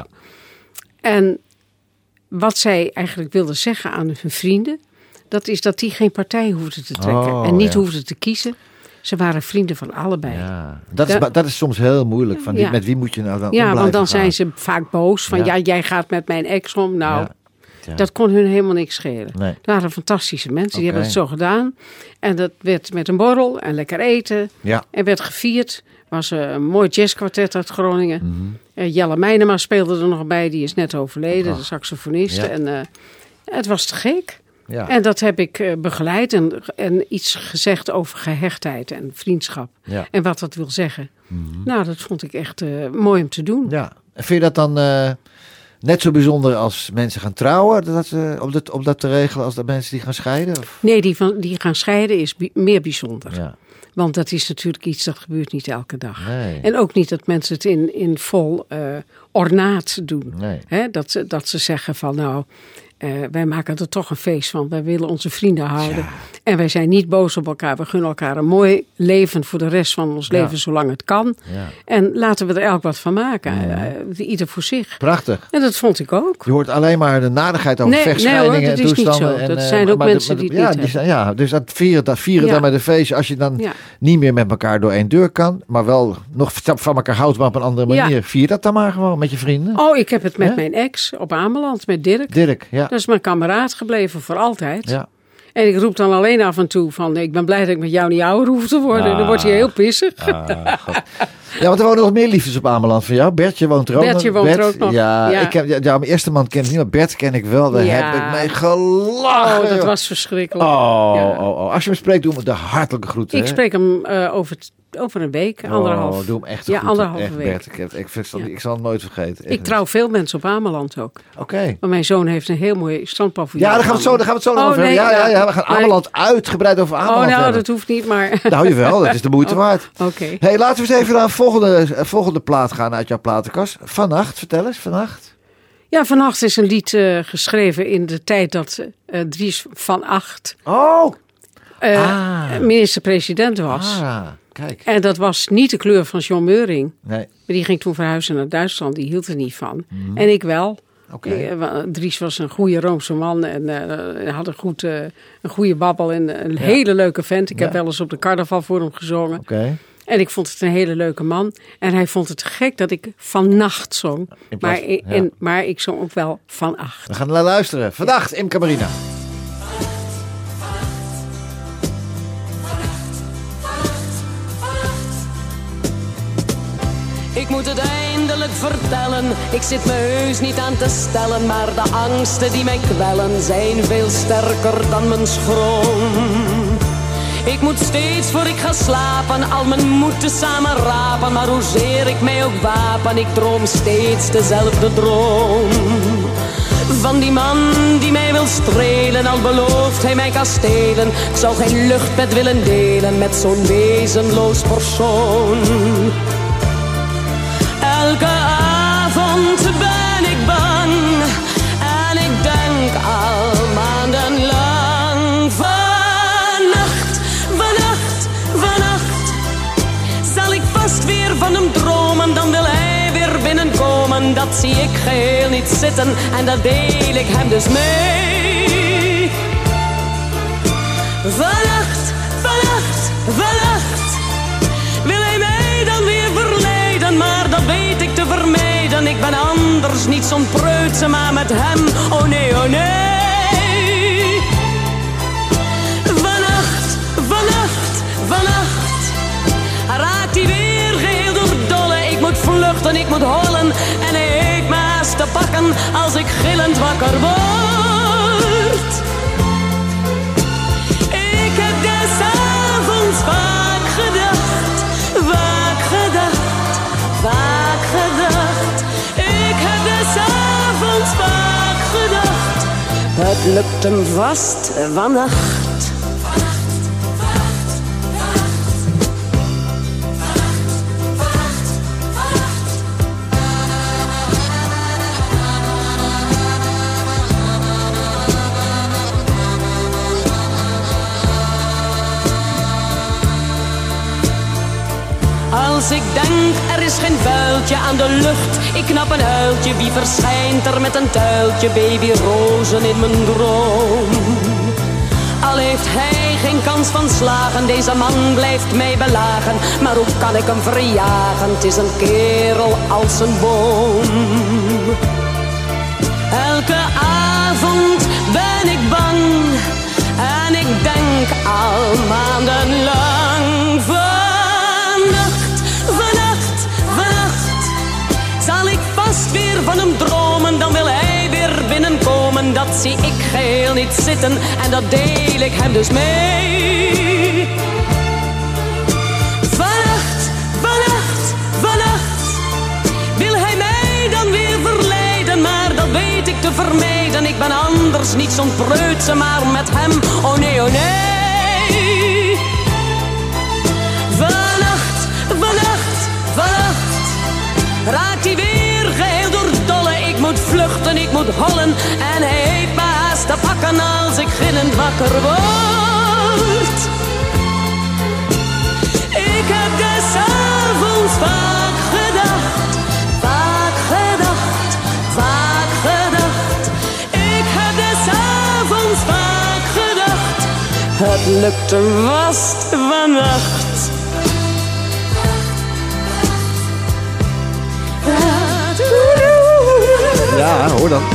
En wat zij eigenlijk wilden zeggen aan hun vrienden, dat is dat die geen partij hoefden te trekken. Oh, en niet ja. hoefden te kiezen. Ze waren vrienden van allebei. Ja, Ja. Dat, is, Ja. dat is soms heel moeilijk. Van wie, Ja. Met wie moet je nou dan om want blijven dan gaan? zijn ze vaak boos. Van Ja. ja, jij gaat met mijn ex om. Nou, Ja. Ja. dat kon hun helemaal niks schelen. Nee. Het waren fantastische mensen. Die Oké. hebben het zo gedaan. En dat werd met een borrel en lekker eten. Ja. En werd gevierd. Was eh, een mooi jazzkwartet uit Groningen. Mhm. Eh, Jelle Meinema speelde er nog bij. Die is net overleden, Ach. de saxofonist. Ja. En uh, het was te gek. Ja. En dat heb ik uh, begeleid. En, en iets gezegd over gehechtheid en vriendschap. Ja. En wat dat wil zeggen. Nou, dat vond ik echt uh, mooi om te doen. Ja. En vind je dat dan uh, net zo bijzonder als mensen gaan trouwen? Dat, uh, om, dat, om dat te regelen als dat mensen die gaan scheiden? Of? Nee, die, van, die gaan scheiden is bi- meer bijzonder. Ja. Want dat is natuurlijk iets dat gebeurt niet elke dag. Nee. En ook niet dat mensen het in, in vol uh, ornaat doen. Nee. Hè, dat, ze, dat ze zeggen van nou, uh, wij maken er toch een feest van. Wij willen onze vrienden houden. Ja. En wij zijn niet boos op elkaar. We gunnen elkaar een mooi leven voor de rest van ons Ja. leven, zolang het kan. Ja. En laten we er elk wat van maken. Uh, ieder voor zich. Prachtig. En dat vond ik ook. Je hoort alleen maar de nadigheid over Nee, nee vechtscheidingen hoor, dat en is niet toestanden. zo. En, Dat uh, zijn ook maar de- mensen maar de- die het ja, niet die zijn, ja, dus dat vieren, dat vieren Ja. dan met een feestje. Als je dan Ja. niet meer met elkaar door één deur kan, maar wel nog van elkaar houdt, maar op een andere Ja. manier. Vier dat dan maar gewoon met je vrienden. Oh, ik heb het met Hè? mijn ex op Ameland, met Dirk. Dirk, ja. Dat is mijn kameraad gebleven voor altijd. ja. En ik roep dan alleen af en toe van, ik ben blij dat ik met jou niet ouder hoef te worden. Ah. Dan word je heel pissig. Ah, God. Ja, want er wonen nog meer liefdes op Ameland van jou. Bertje woont er ook Bertje nog. woont er Bert, ook nog. Ja, Ja. Ik heb, ja, ja, mijn eerste man ken ik niet, maar Bert ken ik wel. Daar Ja. heb ik mee gelachen. Oh, dat joh. was verschrikkelijk. Oh, Ja. oh, oh. Als je hem spreekt, doe hem de hartelijke groeten. Ik hè. spreek hem uh, over, t- over een week, anderhalf. Oh, doe hem echt de Ja, groeten. anderhalve Echt, week. Bert, ik, heb, ik, ik, zal, Ja. ik zal hem nooit vergeten. Echt Ik trouw veel mensen op Ameland ook. niet. Oké. Maar mijn zoon heeft een heel mooi strandpaviljoen. Ja, daar gaan we het zo, daar gaan we het zo nog Oh, over nee, hebben. Ja, ja, nou, ja, we gaan maar- Ameland uitgebreid over Ameland Oh, nou, hebben. dat hoeft niet, maar... Nou, jawel, dat is de moeite Oh, waard. Oké. Hey, laten we eens even naar een volgende, eh, volgende plaat gaan uit jouw platenkast. Vannacht, vertel eens, vannacht. Ja, vannacht is een lied uh, geschreven in de tijd dat uh, Dries van Acht Oh, uh, Ah. minister-president was. Ah, kijk. En dat was niet de kleur van John Meuring. Nee, Maar die ging toen verhuizen naar Duitsland. Die hield er niet van. Mhm. En ik wel. oké. Eh, Dries was een goede Roomse man. En uh, had een, goed, uh, een goede babbel. En een Ja. hele leuke vent. Ik Ja. heb wel eens op de carnaval voor hem gezongen. Oké. En ik vond het een hele leuke man. En hij vond het gek dat ik vannacht zong. In plaats- Maar, i- ja. en, maar ik zong ook wel vannacht. We gaan naar luisteren. Vandaag Imca Marina. Ik moet het eindelijk vertellen, ik zit me heus niet aan te stellen, maar de angsten die mij kwellen zijn veel sterker dan mijn schroom. Ik moet steeds voor ik ga slapen al mijn moed te samen rapen, maar hoezeer ik mij ook wapen, ik droom steeds dezelfde droom. Van die man die mij wil strelen, al belooft hij mij kastelen. Ik zou geen luchtbed willen delen met zo'n wezenloos persoon. Elke avond ben ik bang en ik denk al maandenlang. Vannacht, vannacht, vannacht zal ik vast weer van hem dromen. Dan wil hij weer binnenkomen, dat zie ik geheel niet zitten en dat deel ik hem dus mee. Vannacht, vannacht, vannacht wil hij mij dan weer verleiden, maar dat weet ik te vermijden. Ik ben anders niet zo'n preutse, maar met hem, oh nee, oh nee. Vannacht, vannacht, vannacht raakt hij weer geheel doordolle. Ik moet vluchten, ik moet hollen en hij heeft me haast te pakken als ik gillend wakker word. Ik heb des avonds vaak gedacht, vaak gedacht, vaak gedacht. Ik heb des avonds vaak gedacht, het lukt hem vast vannacht. Als ik denk, er is geen vuiltje aan de lucht, ik knap een huiltje, wie verschijnt er met een tuiltje, babyrozen in mijn droom. Al heeft hij geen kans van slagen, deze man blijft mij belagen, maar hoe kan ik hem verjagen, het is een kerel als een boom. Elke avond ben ik bang en ik denk al maandenlang. Vannacht, vannacht, vannacht zal ik vast weer van hem dromen, dan wil hij weer binnenkomen, dat zie ik geheel niet zitten en dat deel ik hem dus mee. Vannacht, vannacht, vannacht wil hij mij dan weer verleiden, maar dat weet ik te vermijden. Ik ben anders niet zo'n preutse, maar met hem, oh nee, oh nee. Vannacht, vannacht, vannacht raakt hij weer geheel doordolle. Ik moet vluchten, ik moet hollen en hij heeft me haast te pakken als ik gillend wakker word. Ik heb des avonds vaak gedacht, vaak gedacht, vaak gedacht. Ik heb des avonds vaak gedacht, het lukt hem vast vannacht. Ja, hoor dan.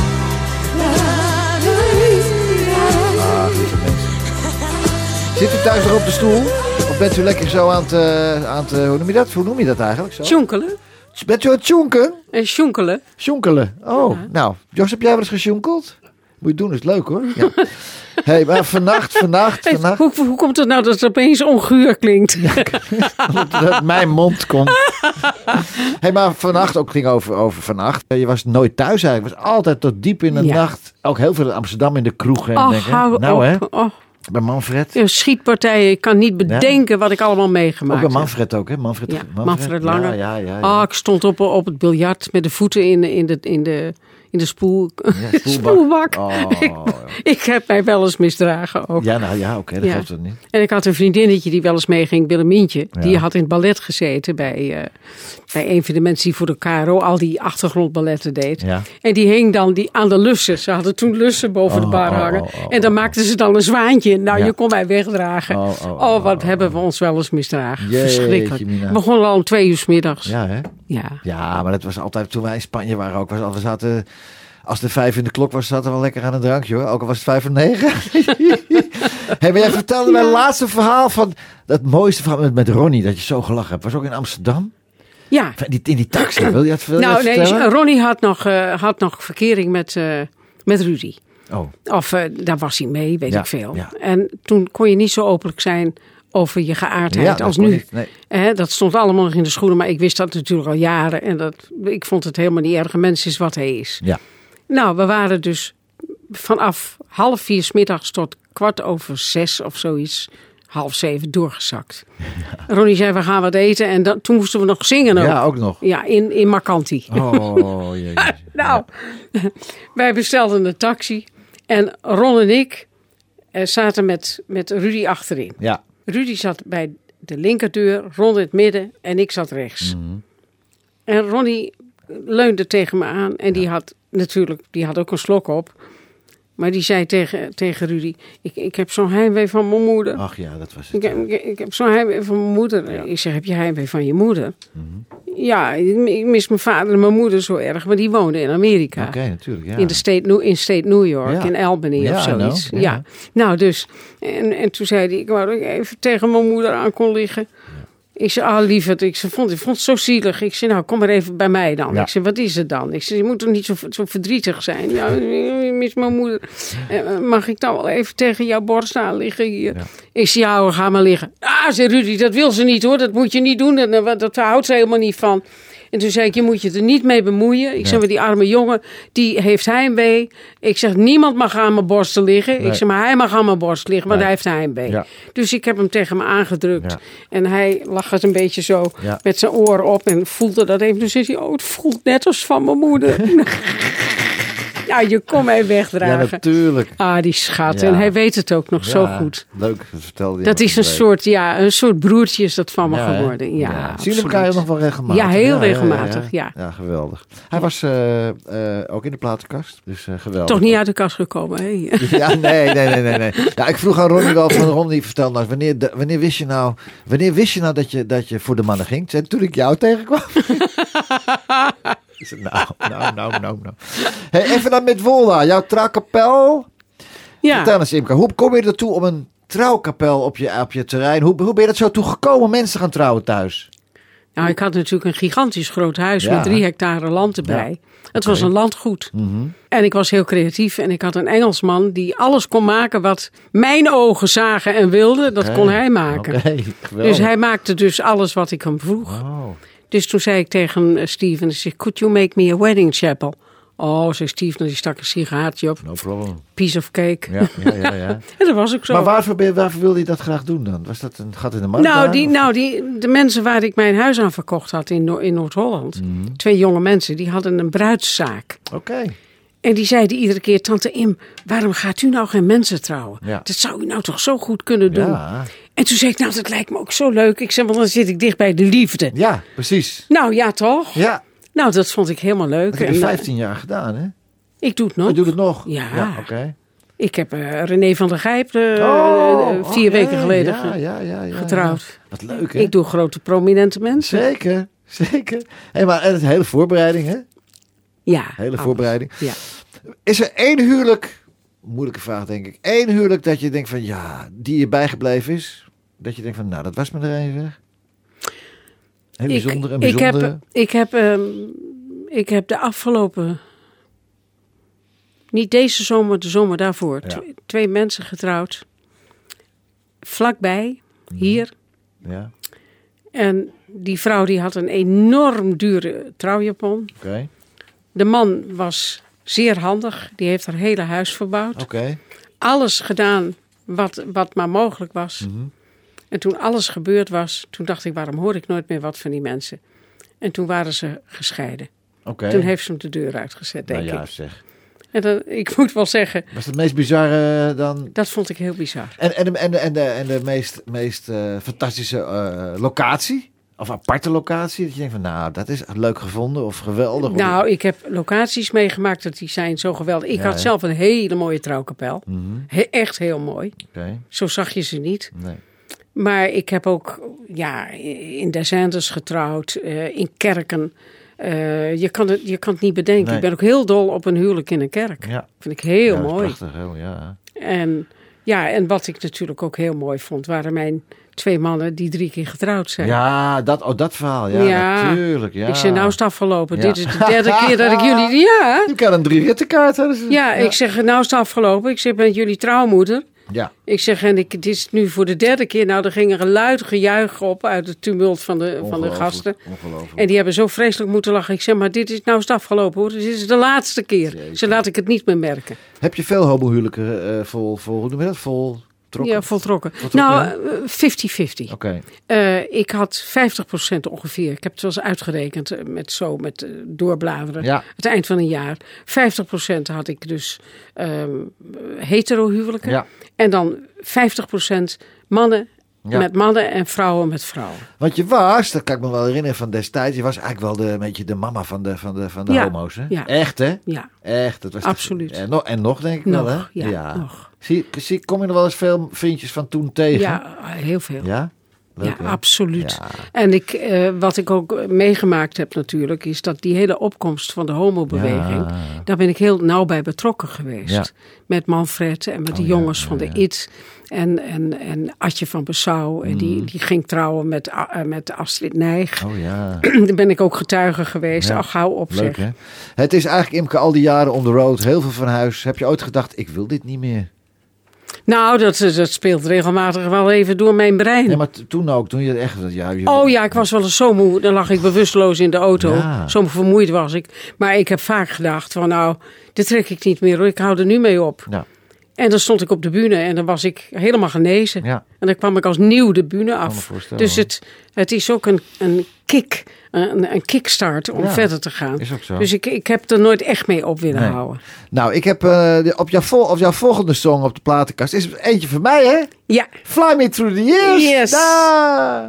Ah, lieve mensen. Zit u thuis nog op de stoel? Of bent u lekker zo aan het, uh, aan het uh, hoe noem je dat? Hoe noem je dat eigenlijk? Zo? Sjonkelen. Bent u aan het sjonken? En sjonkelen. Sjonkelen. Oh, Ja. nou. Jos, heb jij wel eens gesjonkeld? Moet je doen, is leuk hoor. Ja. Hé, hey, maar vannacht, vannacht, Hey, vannacht. hoe, hoe komt het nou dat het opeens onguur klinkt? Omdat het uit mijn mond komt. Hé, hey, maar vannacht ook ging over, over vannacht. Je was nooit thuis eigenlijk. Je was altijd tot diep in de Ja. nacht. Ook heel veel in Amsterdam in de kroegen. En Oh, denken, hou nou hè, op. Oh, bij Manfred. ja, schietpartijen, ik kan niet bedenken wat ik allemaal meegemaakt Ook bij heb. Manfred ook, hè? Manfred, Ja, Manfred Lange. Ja, ja, ja. ja. Oh, ik stond op, op het biljart met de voeten in, in, de, in, de, in de spoel, Ja, spoelbak. spoelbak. Oh, ik, ik heb mij wel eens misdragen ook. ja, nou ja, oké, okay, dat Ja. geldt het niet. En ik had een vriendinnetje die wel eens meeging, Willemintje. Ja. Die had in het ballet gezeten bij, uh, bij een van de mensen die voor de K R O al die achtergrondballetten deed. Ja. En die hing dan die, aan de lussen. Ze hadden toen lussen boven Oh, de bar oh, hangen. oh, oh, en dan oh, maakten ze dan een zwaantje. Nou, Ja. je kon mij wegdragen. Oh, Oh, oh, oh, wat oh, hebben oh. we ons wel eens misdragen. Jeetje, Verschrikkelijk. Mina. We begonnen al om twee uur 's middags. Ja. Ja, hè? Ja. Ja, maar dat was altijd toen wij in Spanje waren ook. Was, al- we zaten, als de vijf in de klok was, zaten we wel lekker aan een drankje hoor. Ook al was het vijf voor negen. Hey, maar jij vertelde mijn laatste verhaal van dat mooiste verhaal met, met Ronnie, dat je zo gelachen hebt. Was ook in Amsterdam? ja. Die, in die taxi. Wil je dat, wil je Nou, dat nee, vertellen? Ronnie had nog, uh, had nog verkering met, uh, met Rudy. Oh, Of uh, daar was hij mee, weet Ja, ik veel. ja. En toen kon je niet zo openlijk zijn over je geaardheid ja, dat als kon nu. niet. Nee. Hè, dat stond allemaal nog in de schoenen, maar ik wist dat natuurlijk al jaren. En dat, ik vond het helemaal niet erg. Een mens is wat hij is. Ja. Nou, we waren dus vanaf half vier 's middags tot kwart over zes of zoiets, half zeven doorgezakt. Ja. Ronnie zei, we gaan wat eten. En dan, toen moesten we nog zingen ook. Ja, ook nog. Ja, in, in Marcanti. Oh, jee. Nou, wij bestelden een taxi. En Ron en ik eh, zaten met, met Rudy achterin. Ja. Rudy zat bij de linkerdeur, Ron in het midden en ik zat rechts. Mhm. En Ronnie leunde tegen me aan en die had natuurlijk, die had ook een slok op. Maar die zei tegen, tegen Rudy, ik, ik heb zo'n heimwee van mijn moeder. Ach ja, dat was het. Ik, heb- ik, ik heb zo'n heimwee van mijn moeder. Ja. Ik zeg, heb je heimwee van je moeder? Mhm. Ja, ik, ik mis mijn vader en mijn moeder zo erg, maar die woonden in Amerika. Oké, natuurlijk. Ja. In, de state, New- in State New York, Ja. in Albany Ja, of I know, zoiets. ja. Ja. Nou, dus. En, en toen zei hij, ik wou dat ik even tegen mijn moeder aan kon liggen. Ik zei, ah lieverd, ik zei, vond, ik vond het zo zielig. Ik zei, nou, kom maar even bij mij dan. Ja. Ik zei, wat is het dan? Ik zei, je moet toch niet zo, zo verdrietig zijn? Ja, ik mis mijn moeder. Eh, Mag ik dan wel even tegen jouw borst aan liggen hier? Ja. Ik zei, ja hoor, ga maar liggen. Ah, zei Rudy, dat wil ze niet hoor. Dat moet je niet doen. Dat, dat houdt ze helemaal niet van. En toen zei ik, je moet je er niet mee bemoeien. Ik zeg, maar die arme jongen, die heeft heimwee. Ik zeg, niemand mag aan mijn borsten liggen. Nee. Ik zeg, maar hij mag aan mijn borst liggen, want Nee. hij heeft heimwee. Ja. Dus ik heb hem tegen me aangedrukt. Ja. En hij lag het een beetje zo Ja. met zijn oren op en voelde dat even. Toen zei hij, oh, het voelt net als van mijn moeder. Ja, je kon mij Ja, wegdragen. natuurlijk. Ah, die schat. Ja. En hij weet het ook nog zo Ja, goed. Leuk, dat vertelde je. Dat nog is een week. soort, ja, een soort broertje is dat van me Ja, hè? geworden. Ja, Zien jullie absoluut. elkaar nog wel regelmatig? Ja, heel regelmatig, ja. Ja, geweldig. Hij was eh, eh, ook in de platenkast, dus eh, geweldig. Toch niet uit de kast gekomen, hè? Ja, nee, nee, nee, nee, nee. Ja, ik vroeg aan Ronnie wel van Ronnie, vertel nou, wanneer, de- wanneer wist je nou, wanneer wist je nou dat je, dat je voor de mannen ging? Zei, toen ik jou tegenkwam. Ik zei, nou, nou, nou, nou, nou. Hey, even dan met Wolda, jouw trouwkapel. Vertel Ja, eens, Imka, hoe kom je ertoe om een trouwkapel op je, op je terrein? Hoe, hoe ben je dat zo toe gekomen, mensen gaan trouwen thuis? nou, ik had natuurlijk een gigantisch groot huis Ja. met drie hectare land erbij. Het was een landgoed. Mhm. En ik was heel creatief en ik had een Engelsman die alles kon maken wat mijn ogen zagen en wilden. Dat Oké, kon hij maken. Oké, geweldig. Dus hij maakte dus alles wat ik hem vroeg. Oh, Dus toen zei ik tegen eh, Steven, ik zeg, could you make me a wedding chapel? Oh, zei Steven, die stak een sigaartje op. no problem. Piece of cake. Ja, ja, ja. ja. En dat was ook zo. Maar waarvoor, ben je- waarvoor wilde je dat graag doen dan? Was dat een gat in de markt? Nou, daar, die, of- nou die, de mensen waar ik mijn huis aan verkocht had in, Noor- in Noord-Holland. Mhm. Twee jonge mensen, die hadden een bruidszaak. Oké. En die zeiden iedere keer, tante Im, waarom gaat u nou geen mensen trouwen? Ja. Dat zou u nou toch zo goed kunnen doen? Ja. En toen zei ik, nou dat lijkt me ook zo leuk. Ik zei, want dan zit ik dicht bij de liefde. ja, precies. Nou ja, toch? Ja, Nou, dat vond ik helemaal leuk. dat heb je En, eh, vijftien jaar gedaan, hè? ik doe het nog. Oh, doe het nog? Ja. oké. Ik heb eh, René van der Gijp eh, Oh, eh, vier oh, weken ja, geleden ja, ge- ja, ja, ja, getrouwd. ja. Wat leuk, hè? Ik doe grote prominente mensen. Zeker, zeker. Hey, maar en het hele voorbereiding, hè? Ja. Hele alles. voorbereiding. Ja. Is er één huwelijk, moeilijke vraag denk ik, één huwelijk dat je denkt van ja, die je bijgebleven is? Dat je denkt van nou, dat was me er een zeg. Heel Ik, bijzonder, een ik, bijzondere. heb, ik, heb, ehm, ik heb de afgelopen, niet deze zomer, de zomer daarvoor, Ja. tw- twee mensen getrouwd. Vlakbij, hier. Ja, En die vrouw die had een enorm dure trouwjapon. oké. De man was zeer handig. Die heeft haar hele huis verbouwd. Oké. Alles gedaan wat, wat maar mogelijk was. Mhm. En toen alles gebeurd was, toen dacht ik, waarom hoor ik nooit meer wat van die mensen? En toen waren ze gescheiden. Oké. Toen heeft ze hem de deur uitgezet, denk Nou ja, ik. zeg. En dan, ik moet wel zeggen, Was het meest bizarre dan... dat vond ik heel bizar. En, en, en, en, de, en de meest, meest uh, fantastische uh, locatie? Of aparte locatie? Dat je denkt van, nou, dat is leuk gevonden of geweldig. Nou, ik heb locaties meegemaakt dat die zijn zo geweldig. Ik Ja, had hè? zelf een hele mooie trouwkapel. Mm-hmm. He- echt heel mooi. Okay. Zo zag je ze niet. Nee. Maar ik heb ook ja, in Descendants getrouwd, uh, in kerken. Uh, je, kan het, je kan het niet bedenken. Nee. Ik ben ook heel dol op een huwelijk in een kerk. Ja. Vind ik heel Ja, dat is mooi. prachtig, heel, ja. En, ja, en wat ik natuurlijk ook heel mooi vond, waren mijn twee mannen die drie keer getrouwd zijn. Ja, dat, oh, dat verhaal. Ja, Ja. natuurlijk. Ja. Ik zei, nou is het afgelopen. Ja. Dit is de derde keer dat ik jullie... Ja, Je kan een drie rittenkaart hebben. ja, ik zeg, nou is het afgelopen. Ik zeg, ik ben jullie trouwmoeder. Ja. Ik zeg, en ik, dit is nu voor de derde keer. Nou, er ging er een luid gejuich op uit het tumult van de, van de Ongelooflijk, gasten. Ongelooflijk. En die hebben zo vreselijk moeten lachen. Ik zeg, maar dit is nou is het afgelopen hoor. Dit is de laatste keer. Jeetje. Zo laat ik het niet meer merken. Heb je veel homohuwelijken uh, vol, vol, hoe noem je dat? Vol trokken? Ja, voltrokken. Voltrokken, Nou, ja. vijftig vijftig. Oké. Uh, ik had vijftig procent ongeveer. Ik heb het wel eens uitgerekend uh, met zo, met uh, doorbladeren. Ja. Het eind van een jaar. vijftig procent had ik dus um, hetero huwelijken. Ja. En dan vijftig procent mannen Ja. met mannen en vrouwen met vrouwen. Want je was, dat kan ik me wel herinneren van destijds, je was eigenlijk wel de, een beetje de mama van de, van de, van de Ja. homo's. Hè? Ja. Echt, hè? Ja, Echt. Dat was Absoluut. En nog, en nog denk ik nog. wel, hè? Ja, nog. Zie, zie, kom je er wel eens veel vriendjes van toen tegen? Ja, heel veel. Ja? Leuk, Ja, hè? absoluut. Ja. En ik, uh, wat ik ook meegemaakt heb natuurlijk, is dat die hele opkomst van de homobeweging, Ja. daar ben ik heel nauw bij betrokken geweest. Ja. Met Manfred en met Oh, de ja, jongens ja, van de ja. I T. En, en, en Adje van Besouw, en die, die ging trouwen met, uh, met Astrid Nijg. Oh ja. Daar ben ik ook getuige geweest. Ja. Ach, hou op Leuk, zeg. hè? Het is eigenlijk, Imke, al die jaren on the road, heel veel van huis. Heb je ooit gedacht, ik wil dit niet meer? Nou, dat, dat speelt regelmatig wel even door mijn brein. Nee, maar t- toen ook, toen je echt... Ja, je, Oh ja, ik was wel eens zo moe. Dan lag ik bewusteloos in de auto. Ja. Zo vermoeid was ik. Maar ik heb vaak gedacht van nou, dit trek ik niet meer hoor. Ik hou er nu mee op. Ja, En dan stond ik op de bühne en dan was ik helemaal genezen. ja. En dan kwam ik als nieuw de bühne me af. voorstellen, Dus het, het is ook een, een kick, een, een kickstart om Ja, verder te gaan. is ook zo. Dus ik, ik heb er nooit echt mee op willen Nee. houden. Nou, ik heb uh, de, op, jouw vol, op jouw volgende song op de platenkast, is er eentje van mij, hè? Ja, Fly Me Through the Years. Yes. Daar.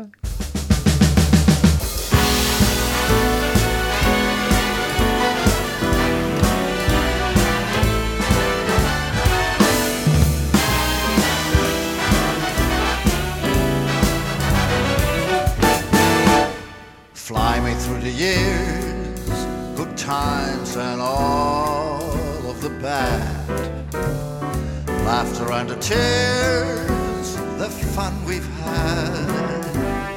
Fly me through the years, good times and all of the bad. Laughter and the tears, the fun we've had.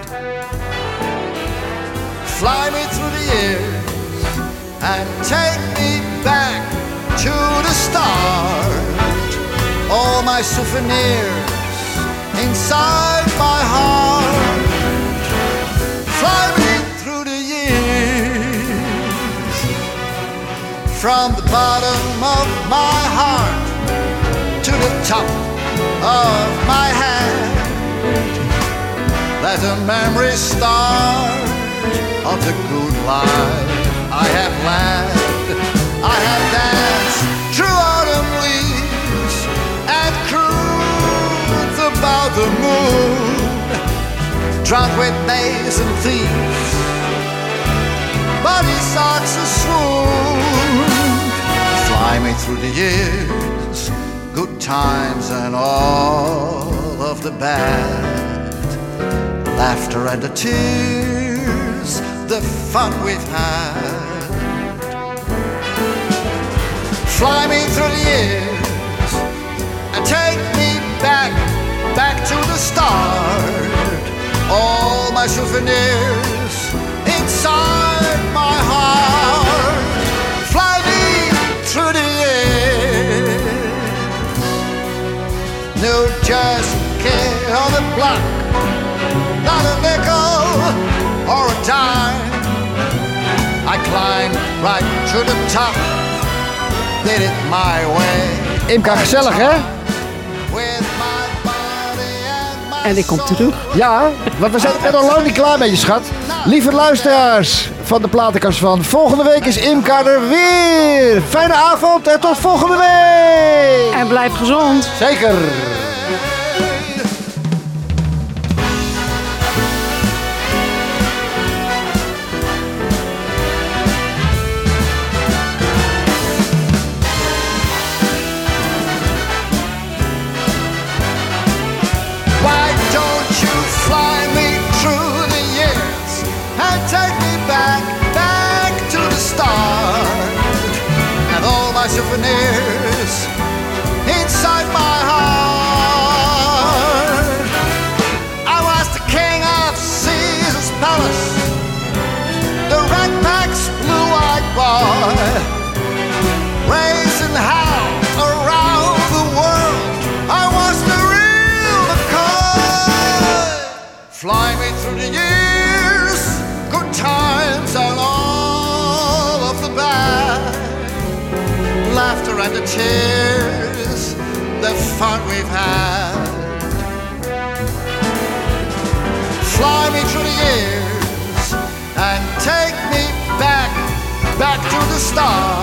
Fly me through the years and take me back to the start. All my souvenirs inside my heart. Fly me through the years, from the bottom of my heart to the top of my head. Let a memory start of the good life I have led. I have danced through autumn leaves and cruised about the moon, drunk with days and thieves, body starts to swoon. Fly me through the years, good times and all of the bad. Laughter and the tears, the fun we've had. Fly me through the years and take me back, back to the start. All my souvenirs inside my heart. Fly me through the years. No just kid on the block, not a nickel or a dime. I climbed right to the top, did it my way. Imka, gezellig, hè? With my body and my en ik kom terug. Ja, want we zijn er nog lang niet klaar met je, schat. Lieve luisteraars, van de platenkast van. Volgende week is Imka er weer. Fijne avond en tot volgende week. En blijf gezond. Zeker. Souvenirs inside my heart. I was the king of Caesar's palace, the Rat Pack's blue-eyed boy, raising hell around the world. I was the real McCoy. Fly me through the years, good times and all of the bad. Laughter and the tears, the fun we've had. Fly me through the years and take me back, back to the start.